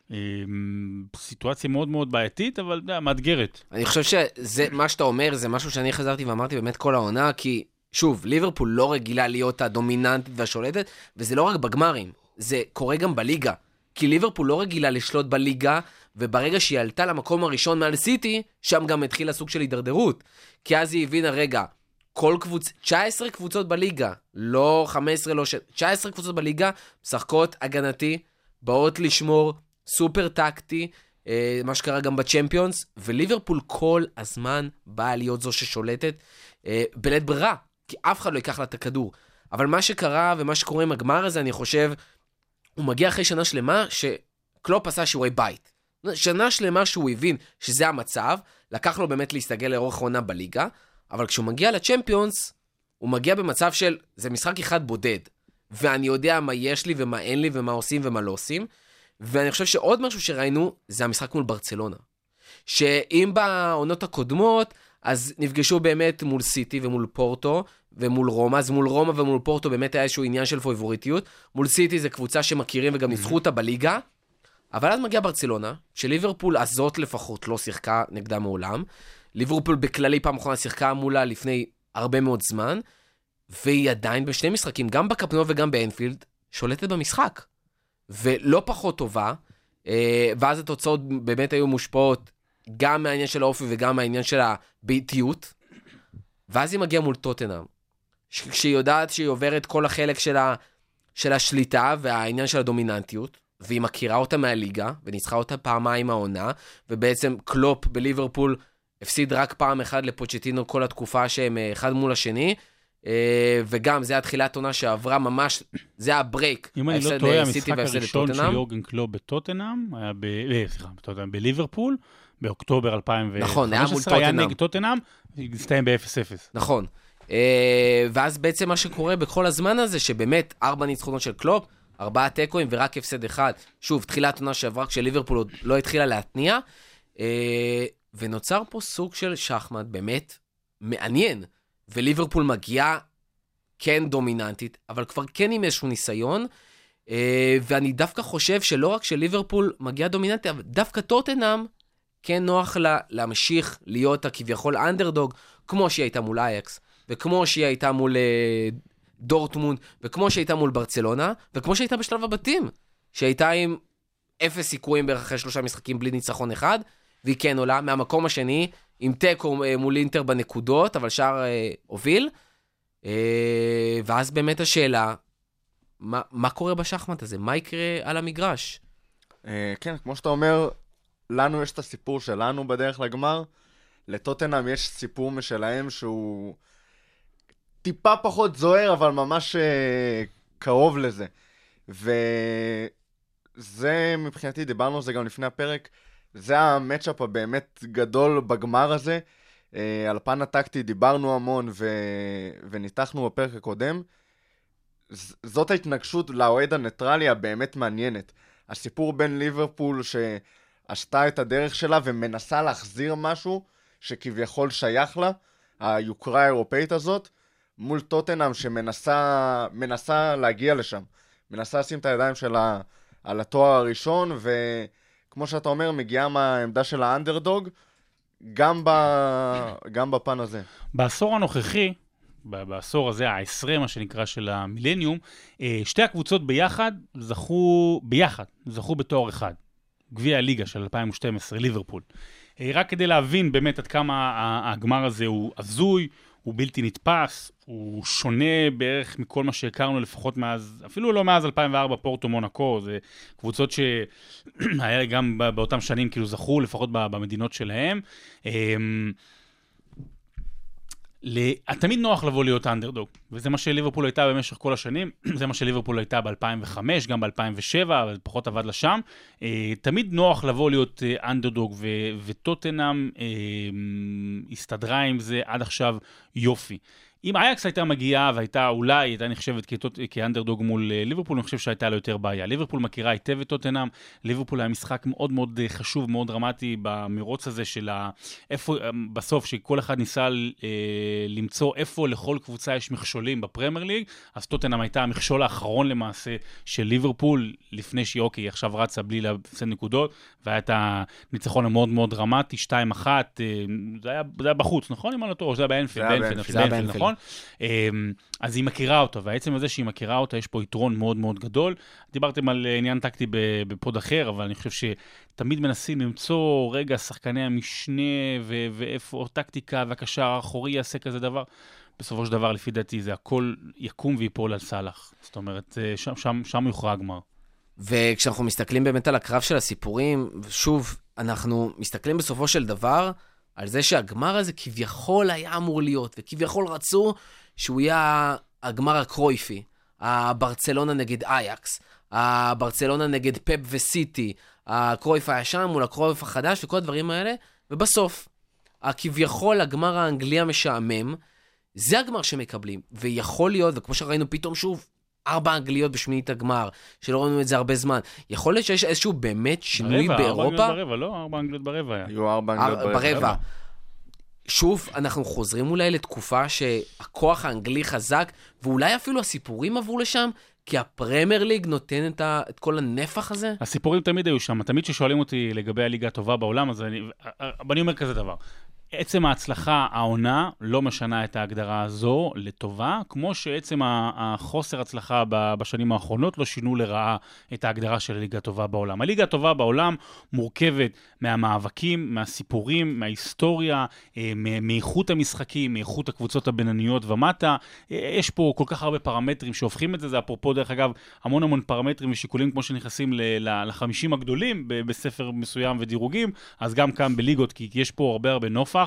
סיטואציה מאוד מאוד בעייתית, אבל מאתגרת. אני חושב שזה, מה שאתה אומר, זה משהו שאני חזרתי ואמרתי באמת כל העונה, כי שוב, ליברפול לא רגילה להיות הדומיננטית והשולטת, וזה לא רק בגמרים, זה קורה גם בליגה. כי ליברפול לא רגילה לשלוט בליגה, וברגע שהיא עלתה למקום הראשון מעל סיטי, שם גם התחילה סוג של הידרדרות. כי אז היא הבינה, רגע, כל קבוצ... תשע עשרה קבוצות בליגה, לא חמש עשרה, לא ש... תשע עשרה קבוצות בליגה, משחקות הגנתי, באות לשמור, סופר טקטי, אה, מה שקרה גם בצ'מפיונס, וליברפול כל הזמן באה להיות זו ששולטת, אה, בלית ברירה, כי אף אחד לא ייקח לה את הכדור. אבל מה שקרה ומה שקורה עם הגמר הזה, אני חושב, הוא מגיע אחרי שנה שלמה שקלופ עשה שיעורי בית. שנה שלמה שהוא הבין שזה המצב, לקח לו באמת להסתגל לאורך עונה בליגה, אבל כשהוא מגיע לצ'מפיונס, הוא מגיע במצב של, זה משחק אחד בודד, ואני יודע מה יש לי ומה אין לי ומה עושים ומה לא עושים, ואני חושב שעוד משהו שראינו, זה המשחק מול ברצלונה. שאם בעונות הקודמות, אז נפגשו באמת מול סיטי ומול פורטו, ומול רומא, אז מול רומא ומול פורטו באמת היה איזשהו עניין של פייבוריטיות, מול סיטי זה קבוצה שמכירים וגם ניצחו אותה בליגה, אבל אז מגיע ברצלונה, שליברפול הזאת לפחות לא שיחקה נגדה מעולם, ליברפול בכללי פעם אחרונה שיחקה מולה לפני הרבה מאוד זמן, והיא עדיין בשני משחקים, גם בקפנו וגם באנפילד, שולטת במשחק. ולא פחות טובה, ואז התוצאות באמת היו מושפעות גם מהעניין של האופי וגם מהעניין של הביתיות, ואז היא מגיעה מול טוטנהאם, כשהיא יודעת שהיא עוברת כל החלק של, ה, של השליטה והעניין של הדומיננטיות, והיא מכירה אותה מהליגה, וניצחה אותה פעמיים העונה, ובעצם קלופ בליברפול הפסיד רק פעם אחת לפוצ'טינו כל התקופה שהם אחד מול השני, וגם זה התחילת עונה שעברה ממש, זה הברייק. אם אני לא טועה, המשחק הראשון של יורגן קלופ בטוטנהאם, היה ב... סליחה, בטוטנהאם, בליברפול, באוקטובר אלפיים וחמש עשרה, נכון, היה מול טוטנהאם. היה נגד טוטנהאם, הסתיים ב-אפס אפס. נכון. ואז בעצם מה שקורה בכל הזמן הזה, שבאמת ארבע ניצחונות של קלופ, ארבעה טקואים ורק הפסד אחד. שוב, תחילת עונה שעברה כשליברפול עוד לא התחילה להתניע, ונוצר פה סוג של שחמט באמת מעניין. וליברפול מגיעה כן דומיננטית, אבל כבר כן עם איזשהו ניסיון, ואני דווקא חושב שלא רק שליברפול מגיעה דומיננטית, אבל דווקא טוטנהאם כן נוח לה להמשיך להיות הכביכול אנדרדוג, כמו שהיא הייתה מול אייקס, וכמו שהיא הייתה מול דורטמונד, וכמו שהיא הייתה מול ברצלונה, וכמו שהיא הייתה בשלב הבתים, שהייתה עם אפס סיכויים בערך אחרי שלושה משחקים בלי ניצחון אחד, והיא כן עולה מהמקום השני, עם טקו מול אינטר בנקודות, אבל שער הוביל. ואז באמת השאלה, מה, מה קורה בשחמט הזה? מה יקרה על המגרש? כן, כמו שאתה אומר, לנו יש את הסיפור שלנו בדרך לגמר, לטוטנהאם יש סיפור משלהם שהוא טיפה פחות זוהר, אבל ממש קרוב לזה. וזה מבחינתי, דיברנו על זה גם לפני הפרק, זה המאצ'אפ הבאמת גדול בגמר הזה. על פן הטקטי דיברנו המון ו... וניתחנו בפרק הקודם. זאת ההתנגשות לאוהד הניטרלי הבאמת מעניינת. הסיפור בין ליברפול שעשתה את הדרך שלה ומנסה להחזיר משהו שכביכול שייך לה, היוקרה האירופאית הזאת, מול טוטנהאם שמנסה מנסה להגיע לשם. מנסה לשים את הידיים שלה על התואר הראשון, וכמו שאתה אומר, מגיעה מהעמדה של האנדרדוג, גם, ב... גם בפן הזה. בעשור הנוכחי, בעשור הזה, העשרה, מה שנקרא, של המילניום, שתי הקבוצות ביחד זכו, ביחד, זכו בתואר אחד. גביע הליגה של אלפיים ושתים עשרה, ליברפול. רק כדי להבין באמת עד כמה הגמר הזה הוא הזוי, הוא בלתי נתפס, הוא שונה בערך מכל מה שהכרנו לפחות מאז, אפילו לא מאז אלפיים וארבע, פורטו מונקו, זה קבוצות שהיה גם באותם שנים כאילו זכו לפחות במדינות שלהם. תמיד נוח לבוא להיות אנדרדוג, וזה מה שליברפול הייתה במשך כל השנים, זה מה שליברפול הייתה ב-אלפיים וחמש, גם ב-אלפיים ושבע, אבל פחות עבד לשם. תמיד נוח לבוא להיות אנדרדוג, וטוטנהאם הסתדרה עם זה עד עכשיו יופי. אם אייקס הייתה מגיעה והייתה אולי, הייתה נחשבת כאנדרדוג מול ליברפול, אני חושב שהייתה לה יותר בעיה. ליברפול מכירה היטב את טוטנהאם, ליברפול היה משחק מאוד מאוד חשוב, מאוד דרמטי במרוץ הזה של איפה, בסוף שכל אחד ניסה למצוא איפה לכל קבוצה יש מכשולים בפרמייר ליג, אז טוטנהאם הייתה המכשול האחרון למעשה של ליברפול, לפני שהיא אוקיי, עכשיו רצה בלי להפסד נקודות, והיה את הניצחון המאוד מאוד דרמטי, שתיים אחת, זה היה, זה היה בחוץ, נכון? אם אני לא טועה, זה היה באנפילד, באנפילד, באנפילד, נכון? אז היא מכירה אותו, והעצם הזה שהיא מכירה אותה, יש פה יתרון מאוד מאוד גדול. דיברתם על עניין טקטי בפוד אחר, אבל אני חושב שתמיד מנסים למצוא רגע שחקני המשנה, ואיפה טקטיקה, והקשר האחורי יעשה כזה דבר. בסופו של דבר, לפי דעתי, זה הכל יקום ויפול על סלח. זאת אומרת, שם, שם, שם יוכרע הגמר. וכשאנחנו מסתכלים באמת על הקרב של הסיפורים, שוב, אנחנו מסתכלים בסופו של דבר, על זה שהגמר הזה כביכול היה אמור להיות, וכביכול רצו שהוא יהיה הגמר הקרויפי, הברצלונה נגד אייקס, הברצלונה נגד פפ וסיטי, הקרויף הישן מול הקרויף החדש וכל הדברים האלה, ובסוף, הכביכול הגמר האנגלי המשעמם, זה הגמר שמקבלים, ויכול להיות, וכמו שראינו פתאום שוב, ארבע אנגליות בשמינית הגמר, שלא ראינו את זה הרבה זמן. יכול להיות שיש איזשהו באמת שינוי ברבע, באירופה. ארבע אנגליות ברבע, לא? ארבע אנגליות ברבע היה. היו ארבע אנגליות ברבע. ברבע. שוב, אנחנו חוזרים אולי לתקופה שהכוח האנגלי חזק, ואולי אפילו הסיפורים עברו לשם, כי הפרמייר ליג נותן את, ה... את כל הנפח הזה. הסיפורים תמיד היו שם. תמיד ששואלים אותי לגבי הליגה הטובה בעולם, אז אני, אני אומר כזה דבר. עצם ההצלחה, העונה, לא משנה את ההגדרה הזו לטובה, כמו שעצם החוסר הצלחה בשנים האחרונות לא שינו לרעה את ההגדרה של הליגה הטובה בעולם. הליגה הטובה בעולם מורכבת מהמאבקים, מהסיפורים, מההיסטוריה, מאיכות המשחקים, מאיכות הקבוצות הבינוניות ומטה. יש פה כל כך הרבה פרמטרים שהופכים את זה, זה אפרופו דרך אגב המון המון פרמטרים ושיקולים כמו שנכנסים לחמישים הגדולים בספר מסוים ודירוגים, אז גם כאן בליגות, כי יש פה הרבה הרבה נופח.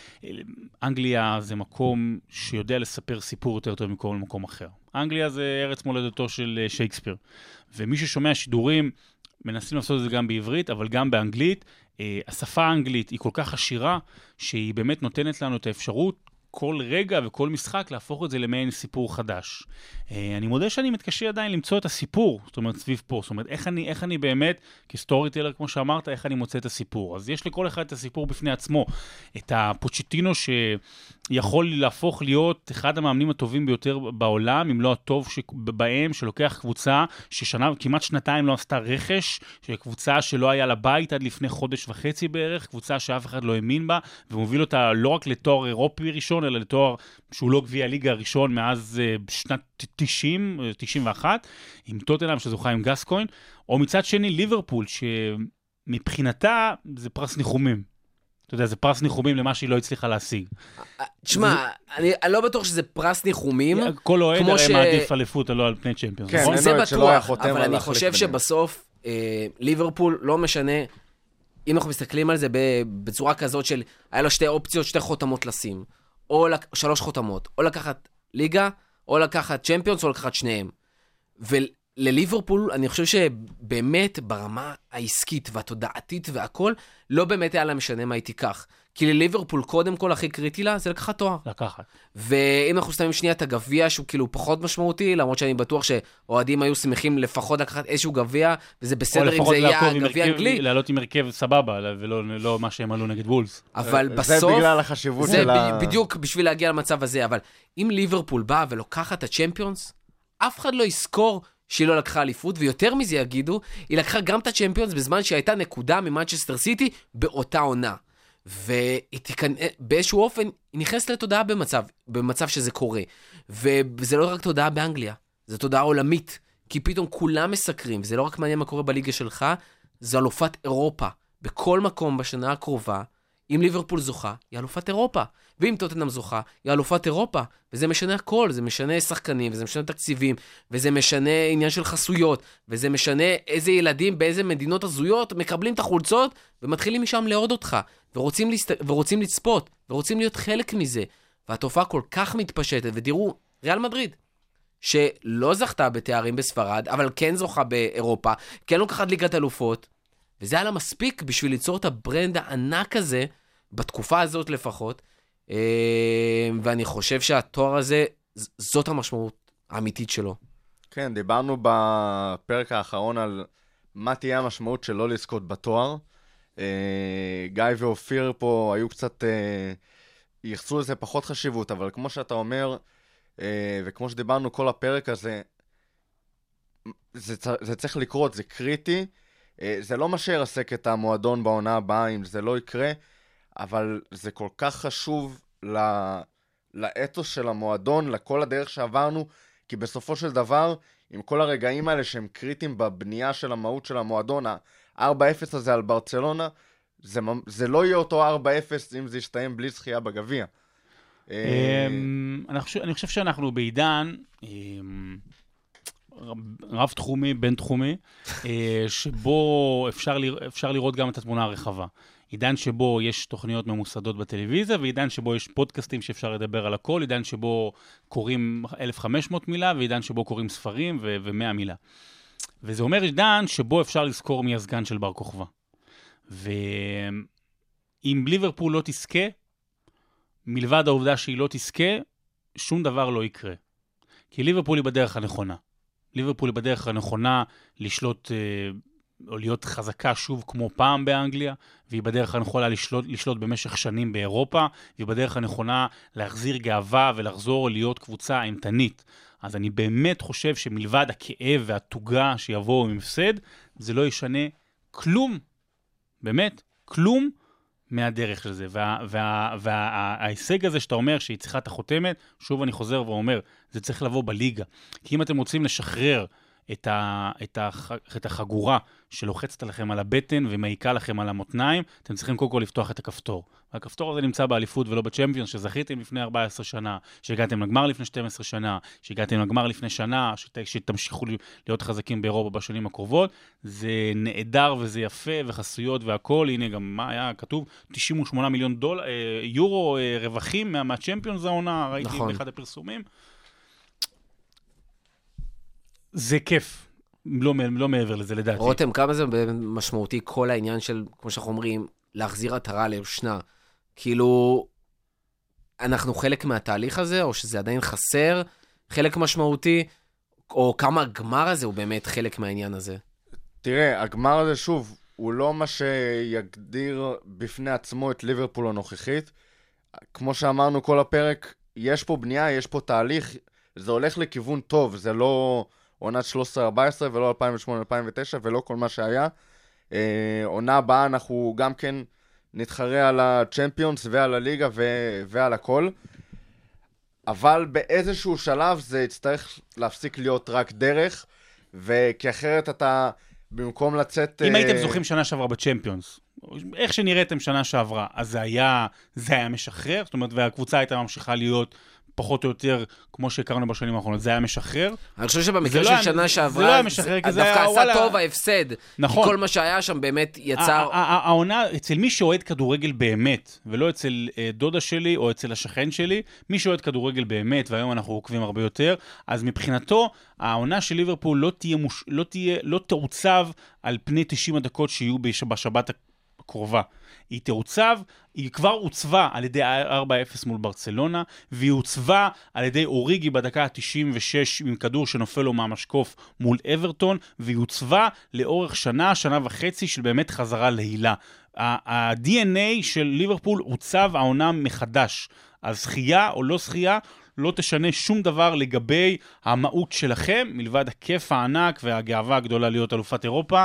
אנגליה זה מקום שיודע לספר סיפור יותר טוב מכל מקום אחר. אנגליה זה ארץ מולדתו של שייקספיר. ומי ששומע שידורים, מנסים לעשות את זה גם בעברית, אבל גם באנגלית. השפה האנגלית היא כל כך עשירה, שהיא באמת נותנת לנו את האפשרות, כל רגע וכל משחק להפוך את זה למעין סיפור חדש. אני מודה שאני מתקשה עדיין למצוא את הסיפור, זאת אומרת, סביב פה. זאת אומרת, איך אני, איך אני באמת, כסטורי טלר, כמו שאמרת, איך אני מוצא את הסיפור. אז יש לכל אחד את הסיפור בפני עצמו. את הפוצ'טינו שיכול להפוך להיות אחד המאמנים הטובים ביותר בעולם, אם לא הטוב בהם, שלוקח קבוצה ששנה, כמעט שנתיים לא עשתה רכש, שקבוצה שלא היה לה בית עד לפני חודש וחצי בערך, קבוצה שאף אחד לא האמין בה, ומוביל אותה לא רק לתואר אירופי ראשון, אלא לתואר שהוא לא גביע הליגה הראשון מאז uh, שנת תשעים, תשעים ואחת, עם טוטנהאם שזוכה עם גסקוין, או מצד שני ליברפול, שמבחינתה זה פרס ניחומים. אתה יודע, זה פרס ניחומים למה שהיא לא הצליחה להשיג. תשמע, אני לא בטוח שזה פרס ניחומים. כל אוהד הרי מעדיף אליפות לא על פני צ'מפיונס, נכון? זה בטוח, אבל אני חושב שבסוף ליברפול לא משנה, אם אנחנו מסתכלים על זה בצורה כזאת של, היה לו שתי אופציות, שתי חותמות לשים, או שלוש חותמות, או לקחת ליגה, או לקחת צ'מפיונס, או לקחת שניהם. ולליברפול, אני חושב שבאמת ברמה העסקית והתודעתית והכל, לא באמת היה לה משנה מה היא תיקח. כי לליברפול קודם כל הכי קריטי לה, זה לקחת תואר. לקחת. ואם אנחנו שמים שנייה את הגביע, שהוא כאילו פחות משמעותי, למרות שאני בטוח שאוהדים היו שמחים לפחות לקחת איזשהו גביע, וזה בסדר אם זה יהיה גביע אנגלי. לעלות עם הרכב סבבה, ולא לא מה שהם עלו נגד וולס. אבל בסוף... זה בגלל החשיבות של ה... זה בדיוק בשביל להגיע למצב הזה, אבל אם ליברפול באה ולוקחת את הצ'מפיונס, אף אחד לא יזכור שהיא לא לקחה אליפות, ויותר מזה יגידו, היא לקחה גם את הצ'מפיונס בזמן שהיא הייתה נקודה ממנצ'סטר סיטי באותה עונה. ובאיזשהו אופן היא נכנסת לתודעה במצב, במצב שזה קורה. וזה לא רק תודעה באנגליה, זה תודעה עולמית, כי פתאום כולם מסקרים, וזה לא רק מעניין מה קורה בליגה שלך, זה אלופת אירופה. בכל מקום בשנה הקרובה, אם ליברפול זוכה, היא אלופת אירופה. ואם טוטנהאם זוכה, היא אלופת אירופה. וזה משנה הכל, זה משנה שחקנים, וזה משנה תקציבים, וזה משנה עניין של חסויות, וזה משנה איזה ילדים באיזה מדינות הזויות מקבלים את החולצות, ומתחילים משם לעוד אותך, ורוצים, להסת... ורוצים לצפות, ורוצים להיות חלק מזה. והתופעה כל כך מתפשטת, ותראו, ריאל מדריד, שלא זכתה בתארים בספרד, אבל כן זוכה באירופה, כן לוקחת ליגת אלופות, וזה היה לה מספיק בשביל ליצור את הברנד הענק הזה, בתקופה הזאת לפחות, ואני חושב שהתואר הזה, זאת המשמעות האמיתית שלו. כן, דיברנו בפרק האחרון על מה תהיה המשמעות של לא לזכות בתואר. גיא ואופיר פה היו קצת, יחסו לזה פחות חשיבות, אבל כמו שאתה אומר, וכמו שדיברנו כל הפרק הזה, זה, זה צריך לקרות, זה קריטי, זה לא מה שירסק את המועדון בעונה הבאה, אם זה לא יקרה, אבל זה כל כך חשוב לא, לאתוס של המועדון, לכל הדרך שעברנו, כי בסופו של דבר, עם כל הרגעים האלה שהם קריטיים בבנייה של המהות של המועדון, ה-ארבע אפס הזה על ברצלונה, זה, זה לא יהיה אותו ארבע אפס אם זה יסתיים בלי זכייה בגביע. אני חושב שאנחנו בעידן רב תחומי, בין תחומי, שבו אפשר לראות גם את התמונה הרחבה. עידן שבו יש תוכניות ממוסדות בטלוויזיה, ועידן שבו יש פודקאסטים שאפשר לדבר על הכל, עידן שבו קוראים אלף וחמש מאות מילה, ועידן שבו קוראים ספרים ו-מאה מילה. וזה אומר עידן שבו אפשר לזכור מי הסגן של בר כוכבא. ואם ליברפול לא תזכה, מלבד העובדה שהיא לא תזכה, שום דבר לא יקרה. כי ליברפול היא בדרך הנכונה. ליברפול היא בדרך הנכונה לשלוט, או להיות חזקה שוב כמו פעם באנגליה, והיא בדרך הנכונה לשלוט, לשלוט במשך שנים באירופה, והיא בדרך הנכונה להחזיר גאווה ולחזור להיות קבוצה אימתנית. אז אני באמת חושב שמלבד הכאב והתוגה שיבואו עם הפסד, זה לא ישנה כלום, באמת, כלום מהדרך של זה. וההישג וה, וה, וה, הזה שאתה אומר שהיא צריכה את החותמת, שוב אני חוזר ואומר, זה צריך לבוא בליגה. כי אם אתם רוצים לשחרר את, ה, את, ה, את החגורה שלוחצת לכם על הבטן ומעיקה לכם על המותניים, אתם צריכים קודם כל לפתוח את הכפתור. והכפתור הזה נמצא באליפות ולא בצ'מפיונס, שזכיתם לפני ארבע עשרה שנה, שהגעתם לגמר לפני שתים עשרה שנה, שהגעתם לגמר לפני שנה, שת, שתמשיכו להיות חזקים באירופה בשנים הקרובות. זה נהדר וזה יפה וחסויות והכל. הנה גם מה היה כתוב, תשעים ושמונה מיליון דול, אה, יורו אה, רווחים מה, מהצ'מפיונס העונה, ראיתי נכון. באחד הפרסומים. זה כיף, לא, לא מעבר לזה לדעתי. רותם, כמה זה משמעותי כל העניין של, כמו שאנחנו אומרים, להחזיר עטרה ליושנה. כאילו, אנחנו חלק מהתהליך הזה, או שזה עדיין חסר, חלק משמעותי, או כמה הגמר הזה הוא באמת חלק מהעניין הזה? תראה, הגמר הזה שוב, הוא לא מה שיגדיר בפני עצמו את ליברפול הנוכחית. כמו שאמרנו כל הפרק, יש פה בנייה, יש פה תהליך, זה הולך לכיוון טוב, זה לא עונת שלוש עשרה ארבע עשרה ולא אלפיים ושמונה אלפיים ותשע ולא כל מה שהיה. אה, עונה הבאה אנחנו גם כן נתחרה על הצ'מפיונס ועל הליגה ו- ועל הכל, אבל באיזשהו שלב זה יצטרך להפסיק להיות רק דרך, וכי אחרת אתה במקום לצאת... אם הייתם זוכים שנה שעברה בצ'מפיונס, איך שנראיתם שנה שעברה, אז זה היה, זה היה משחרר, זאת אומרת, והקבוצה הייתה ממשיכה להיות פחות או יותר, כמו שהכרנו בשנים האחרונות, זה היה משחרר. אני חושב שבמקרה של שנה שעברה, זה לא היה משחרר, כי זה היה... דווקא עשה טוב ההפסד. נכון. כי כל מה שהיה שם באמת יצר... העונה, אצל מי שאוהד כדורגל באמת, ולא אצל דודה שלי או אצל השכן שלי, מי שאוהד כדורגל באמת, והיום אנחנו עוקבים הרבה יותר, אז מבחינתו, העונה של ליברפול לא תהיה, לא תהיה, לא תעוצב על פני תשעים הדקות שיהיו בשבת הקרובה. היא תעוצב, היא כבר עוצבה על ידי ארבע אפס מול ברצלונה, והיא עוצבה על ידי אוריגי בדקה ה-תשעים ושש עם כדור שנופל לו מהמשקוף מול אברטון, והיא עוצבה לאורך שנה, שנה וחצי של באמת חזרה להילה. ה-די אן איי של ליברפול עוצב העונה מחדש. אז זכייה או לא זכייה, לא תשנה שום דבר לגבי המהות שלכם, מלבד הכיף הענק והגאווה הגדולה להיות אלופת אירופה.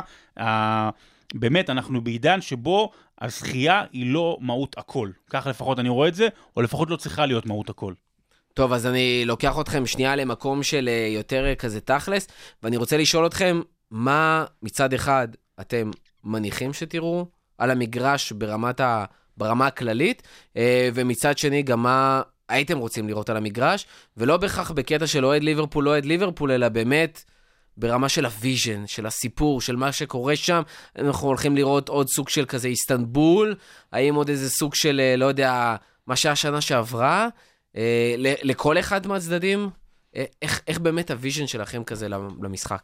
באמת, אנחנו בעידן שבו הזכייה היא לא מהות הכל. ככה לפחות אני רואה את זה, או לפחות לא צריכה להיות מהות הכל. טוב, אז אני לוקח אתכם שנייה למקום של יותר כזה תכלס, ואני רוצה לשאול אתכם, מה מצד אחד אתם מניחים שתראו על המגרש ברמת ה... ברמה הכללית, ומצד שני גם מה הייתם רוצים לראות על המגרש, ולא בכך בקטע של אוהד ליברפול, לא אוהד ליברפול, אלא באמת ברמה של הוויז'ן, של הסיפור, של מה שקורה שם. אנחנו הולכים לראות עוד סוג של כזה איסטנבול, האם עוד איזה סוג של, לא יודע, מה שהשנה שעברה, לכל אחד מהצדדים, איך, איך באמת הוויז'ן שלכם כזה למשחק?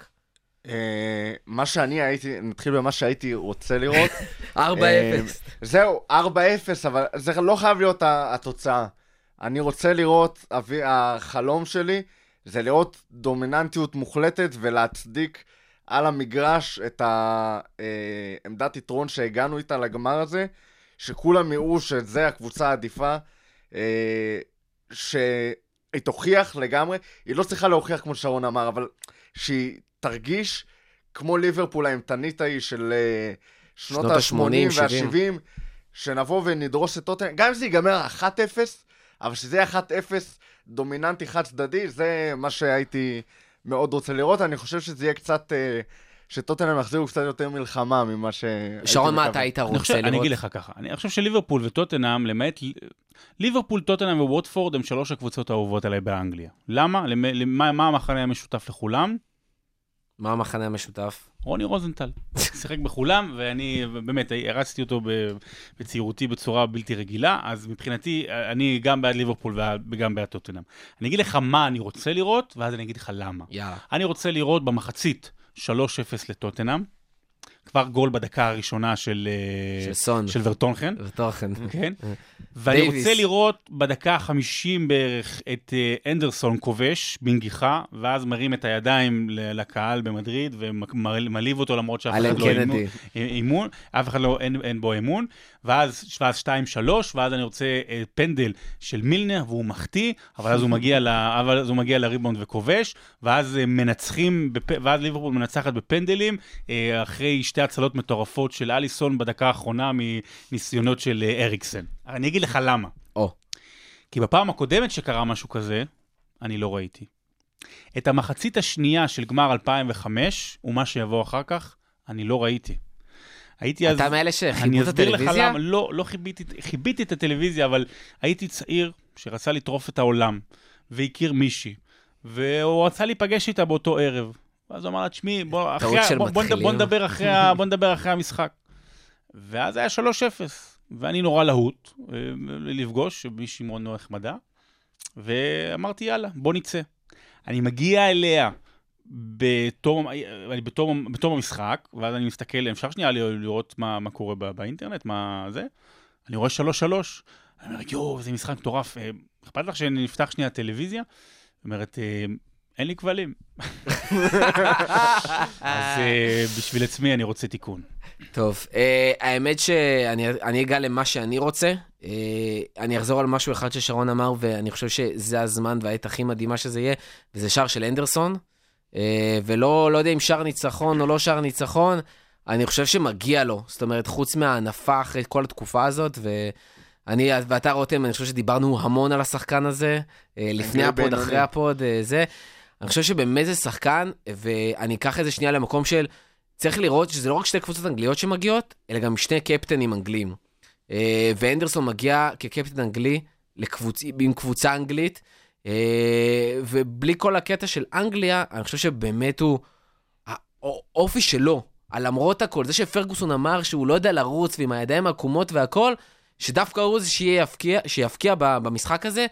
מה שאני הייתי, נתחיל במה שהייתי רוצה לראות. ארבע אפס. זהו, ארבע אפס, אבל זה לא חייב להיות התוצאה. אני רוצה לראות, החלום שלי, זה לראות דומיננטיות מוחלטת ולהצדיק על המגרש את העמדת יתרון שהגענו איתה לגמר הזה, שכולם יראו שזה הקבוצה העדיפה, שהיא תוכיח לגמרי, היא לא צריכה להוכיח כמו שרון אמר, אבל שהיא תרגיש כמו ליברפול האימתנית ההיא של שנות ה-שמונים וה-שבעים, שנבוא ונדרוס את טוטנהאם, גם אם זה ייגמר אחת אפס, אבל שזה אחת אפס דומיננטי חד צדדי, זה מה שהייתי מאוד רוצה לראות. אני חושב שזה יהיה קצת, שטוטנהאם יחזירו קצת יותר מלחמה ממה שהייתי שרון, מה אתה היית רוצה לראות? אני אגיד לך ככה, אני חושב שליברפול וטוטנהאם, למעט ליברפול, טוטנהאם וווטפורד הם שלוש הקבוצות האהובות עליי באנגליה. למה? מה המחנה המשותף לכולם? מה המחנה המשותף? רוני רוזנטל. שיחק בכולם, ואני באמת הרצתי אותו בצעירותי בצורה בלתי רגילה, אז מבחינתי אני גם בעד ליברפול וגם בעד טוטנהאם. אני אגיד לך מה אני רוצה לראות, ואז אני אגיד לך למה. יאללה. אני רוצה לראות במחצית שלוש אפס לטוטנהאם, כבר גול בדקה הראשונה של של סון. של ורטונחן. ורטונחן. כן. ואני רוצה לראות בדקה ה-חמישים בערך את אנדרסון כובש בנגיחה, ואז מרים את הידיים לקהל במדריד, ומליב אותו למרות שאף אחד לא אימון, אף אחד לא, אין, אין בו אימון, ואז שתיים שלוש, ואז אני רוצה פנדל של מילנר, והוא מחטיא, אבל אז הוא מגיע, ל, אבל אז הוא מגיע לריבאונד וכובש, ואז מנצחים, ואז ליברפול מנצחת בפנדלים, אחרי שתי הצלות מטורפות של אליסון בדקה האחרונה מניסיונות של אריקסן. אני אגיד לך למה. או. כי בפעם הקודמת שקרה משהו כזה, אני לא ראיתי. את המחצית השנייה של גמר אלפיים וחמש, ומה שיבוא אחר כך, אני לא ראיתי. הייתי אז... אתה מאלה שחיבו את הטלוויזיה? אני אסביר לך למה. לא, לא חיביתי, חיביתי את הטלוויזיה, אבל הייתי צעיר שרצה לטרוף את העולם, והכיר מישהי, והוא רצה להיפגש איתה באותו ערב. ואז הוא אמר לה, תשמעי, בוא, אחרי, בוא, בוא, בוא, נדבר אחרי, בוא נדבר אחרי המשחק. ואז היה שלוש אפס, ואני נורא להוט לפגוש מישהי מאוד נחמדה, ואמרתי, יאללה, בוא נצא. אני מגיע אליה בתום, בתום, בתום המשחק, ואז אני מסתכל, אפשר שנייה לראות מה, מה קורה באינטרנט, מה זה? אני רואה שלוש שלוש, אני אומר, יואו, זה משחק מטורף, אכפת לך שנפתח שנייה טלוויזיה? אומרת, אין לי כבלים. אז בשביל עצמי אני רוצה תיקון. טוב, האמת שאני אגע למה שאני רוצה. אני אחזור על משהו אחד ששרון אמר, ואני חושב שזה הזמן והעת הכי מדהימה שזה יהיה, וזה שער של אנדרסון, ולא לא יודע אם שער ניצחון או לא שער ניצחון, אני חושב שמגיע לו. זאת אומרת, חוץ מהענפה אחרי כל התקופה הזאת, ואני, ואתה רותם, אני חושב שדיברנו המון על השחקן הזה, לפני הפוד, אחרי הפוד, זה. אני חושב שבאמת זה שחקן, ואני אקח את זה שנייה למקום של, צריך לראות שזה לא רק שתי קבוצות אנגליות שמגיעות, אלא גם שני קפטנים אנגלים. ואנדרסון מגיע כקפטן אנגלי לקבוצ... עם קבוצה אנגלית, ובלי כל הקטע של אנגליה, אני חושב שבאמת הוא, האופי שלו, למרות הכל, זה שפרגוסון אמר שהוא לא יודע לרוץ ועם הידיים העקומות והכל, שדווקא הוא זה שיפקיע, שיפקיע במשחק הזה.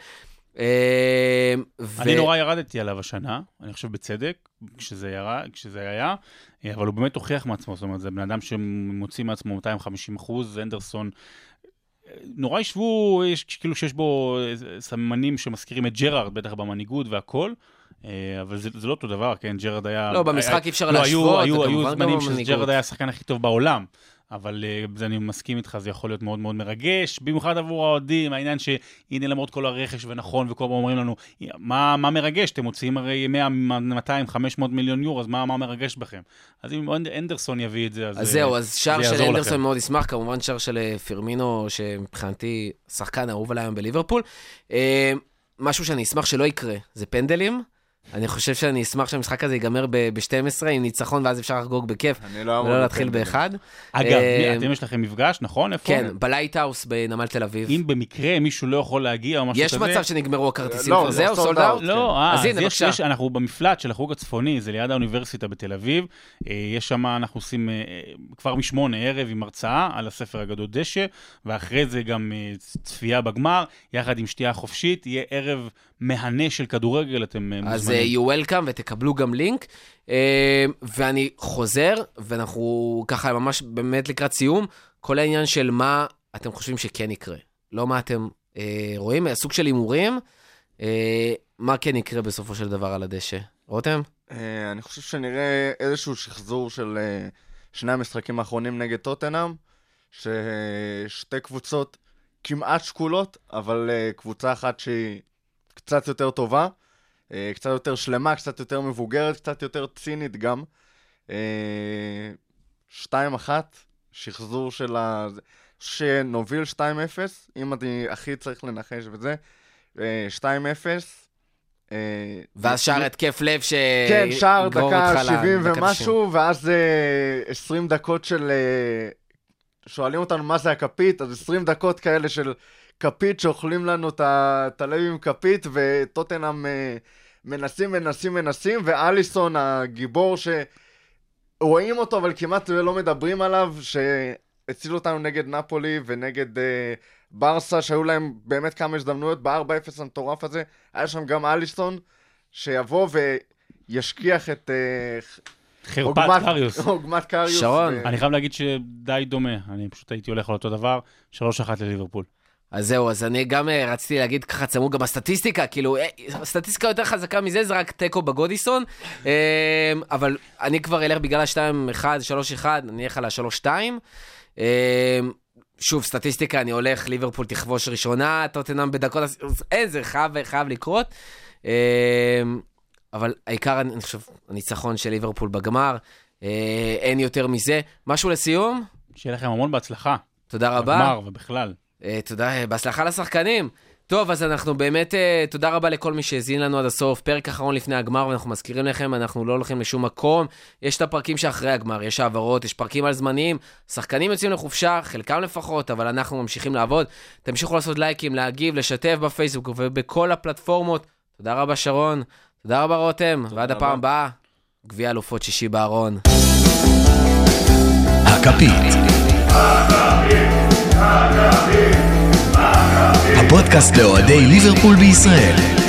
אני נורא ירדתי עליו השנה, אני חושב בצדק, כשזה ירד, כשזה היה, אבל הוא באמת הוכיח מעצמו, זאת אומרת, זה בן אדם שמוציא מעצמו מאתיים וחמישים אחוז, אנדרסון, נורא ישבו, יש, כאילו שיש בו סממנים שמזכירים את ג'רארד, בטח במנהיגות והכל, אבל זה, זה לא אותו דבר, כן? ג'רארד היה... לא, במשחק אי אפשר לא, להשוות, היו, היו, היו זמנים שג'רארד היה השחקן הכי טוב בעולם, אבל זה אני מסכים איתך, זה יכול להיות מאוד מאוד מרגש, במיוחד עבור האוהדים, העניין שהנה למרות כל הרכש ונכון, וכל פעם אומרים לנו, מה, מה מרגש? אתם מוציאים הרי מאה, מאתיים, חמש מאות מיליון יורו, אז מה, מה מרגש בכם? אז אם אנדרסון יביא את זה, אז, אז זהו, אז שער של אנדרסון מאוד ישמח, כמובן שער של פירמינו, שמבחינתי שחקן אהוב עליי היום בליברפול. משהו שאני אשמח שלא יקרה, זה פנדלים. אני חושב שאני אשמח שהמשחק הזה ייגמר ב-שתים עשרה עם ניצחון, ואז אפשר לחגוג בכיף, ולא להתחיל באחד. אגב, אתם יש לכם מפגש, נכון? כן, בלייטהאוס בנמל תל אביב. אם במקרה מישהו לא יכול להגיע או משהו כזה... יש מצב שנגמרו הכרטיסים, זהו, סולד אאוט? לא, אז הנה, בבקשה. אנחנו במפלט של החוג הצפוני, זה ליד האוניברסיטה בתל אביב, יש שם, אנחנו עושים כבר משמונה ערב עם הרצאה על הספר הגדול דשא, ואחרי זה גם צפייה בגמר, יחד עם שתייה חופשית, יהיה ערב מהנה של כדורגל, אתם מוזמנים. you welcome ותקבלו גם לינק, ואני חוזר, ואנחנו ככה ממש באמת לקראת סיום, כל העניין של מה אתם חושבים שכן יקרה, לא מה אתם רואים, סוג של הימורים, מה כן יקרה בסופו של דבר על הדשא. רותם? אני חושב שנראה איזשהו שחזור של שני המשחקים האחרונים נגד טוטנהאם, ששתי קבוצות כמעט שקולות, אבל קבוצה אחת שהיא קצת יותר טובה, קצת יותר שלמה, קצת יותר מבוגרת, קצת יותר צינית גם. שתיים אחת, שחזור של ה... שנוביל שתיים אפס, אם אני הכי צריך לנחש וזה, שתיים אפס. ואז שער התקף לב ש... כן, שער דקה שבעים ומשהו, ואז עשרים דקות של... שואלים אותנו מה זה הכפית, אז עשרים דקות כאלה של... כפית שאוכלים לנו את הלב עם כפית, וטוטנהאם מנסים, מנסים, מנסים, ואליסון הגיבור שרואים אותו, אבל כמעט לא מדברים עליו, שהציל אותנו נגד נפולי ונגד ברסה, שהיו להם באמת כמה הזדמנויות, ב-ארבע אפס המטורף הזה, היה שם גם אליסון, שיבוא וישכיח את... חרפת קריוס. עוגמת קריוס. שרון. אני חייב להגיד שדי דומה, אני פשוט הייתי הולך על אותו דבר, שלוש אחת לליברפול. אז זהו, אז אני גם רציתי להגיד ככה צמוד גם בסטטיסטיקה, כאילו, הסטטיסטיקה יותר חזקה מזה, זה רק טקו בגודיסון, אבל אני כבר אלך בגלל ה-שתיים אחת, שלוש אחת, אני אלך על ה-שלוש שתיים, שוב, סטטיסטיקה, אני הולך, ליברפול תכבוש ראשונה, טוטנהאם בדקות, אין, זה חייב וחייב לקרות, אבל העיקר, אני חושב, הניצחון של ליברפול בגמר, אין יותר מזה. משהו לסיום? שיהיה לכם המון בהצלחה. תודה רבה. בגמר ובכלל. תודה, בהצלחה לשחקנים. טוב, אז אנחנו באמת, תודה רבה לכל מי שהזין לנו עד הסוף. פרק אחרון לפני הגמר, ואנחנו מזכירים לכם, אנחנו לא הולכים לשום מקום. יש את הפרקים שאחרי הגמר, יש העברות, יש פרקים על זמניים. שחקנים יוצאים לחופשה, חלקם לפחות, אבל אנחנו ממשיכים לעבוד. תמשיכו לעשות לייקים, להגיב, לשתף בפייסבוק ובכל הפלטפורמות. תודה רבה שרון, תודה רבה רותם, ועד הפעם הבאה, גביע אלופות שישי בארון. הכפית. הפודקאסט לאוהדי ליברפול בישראל.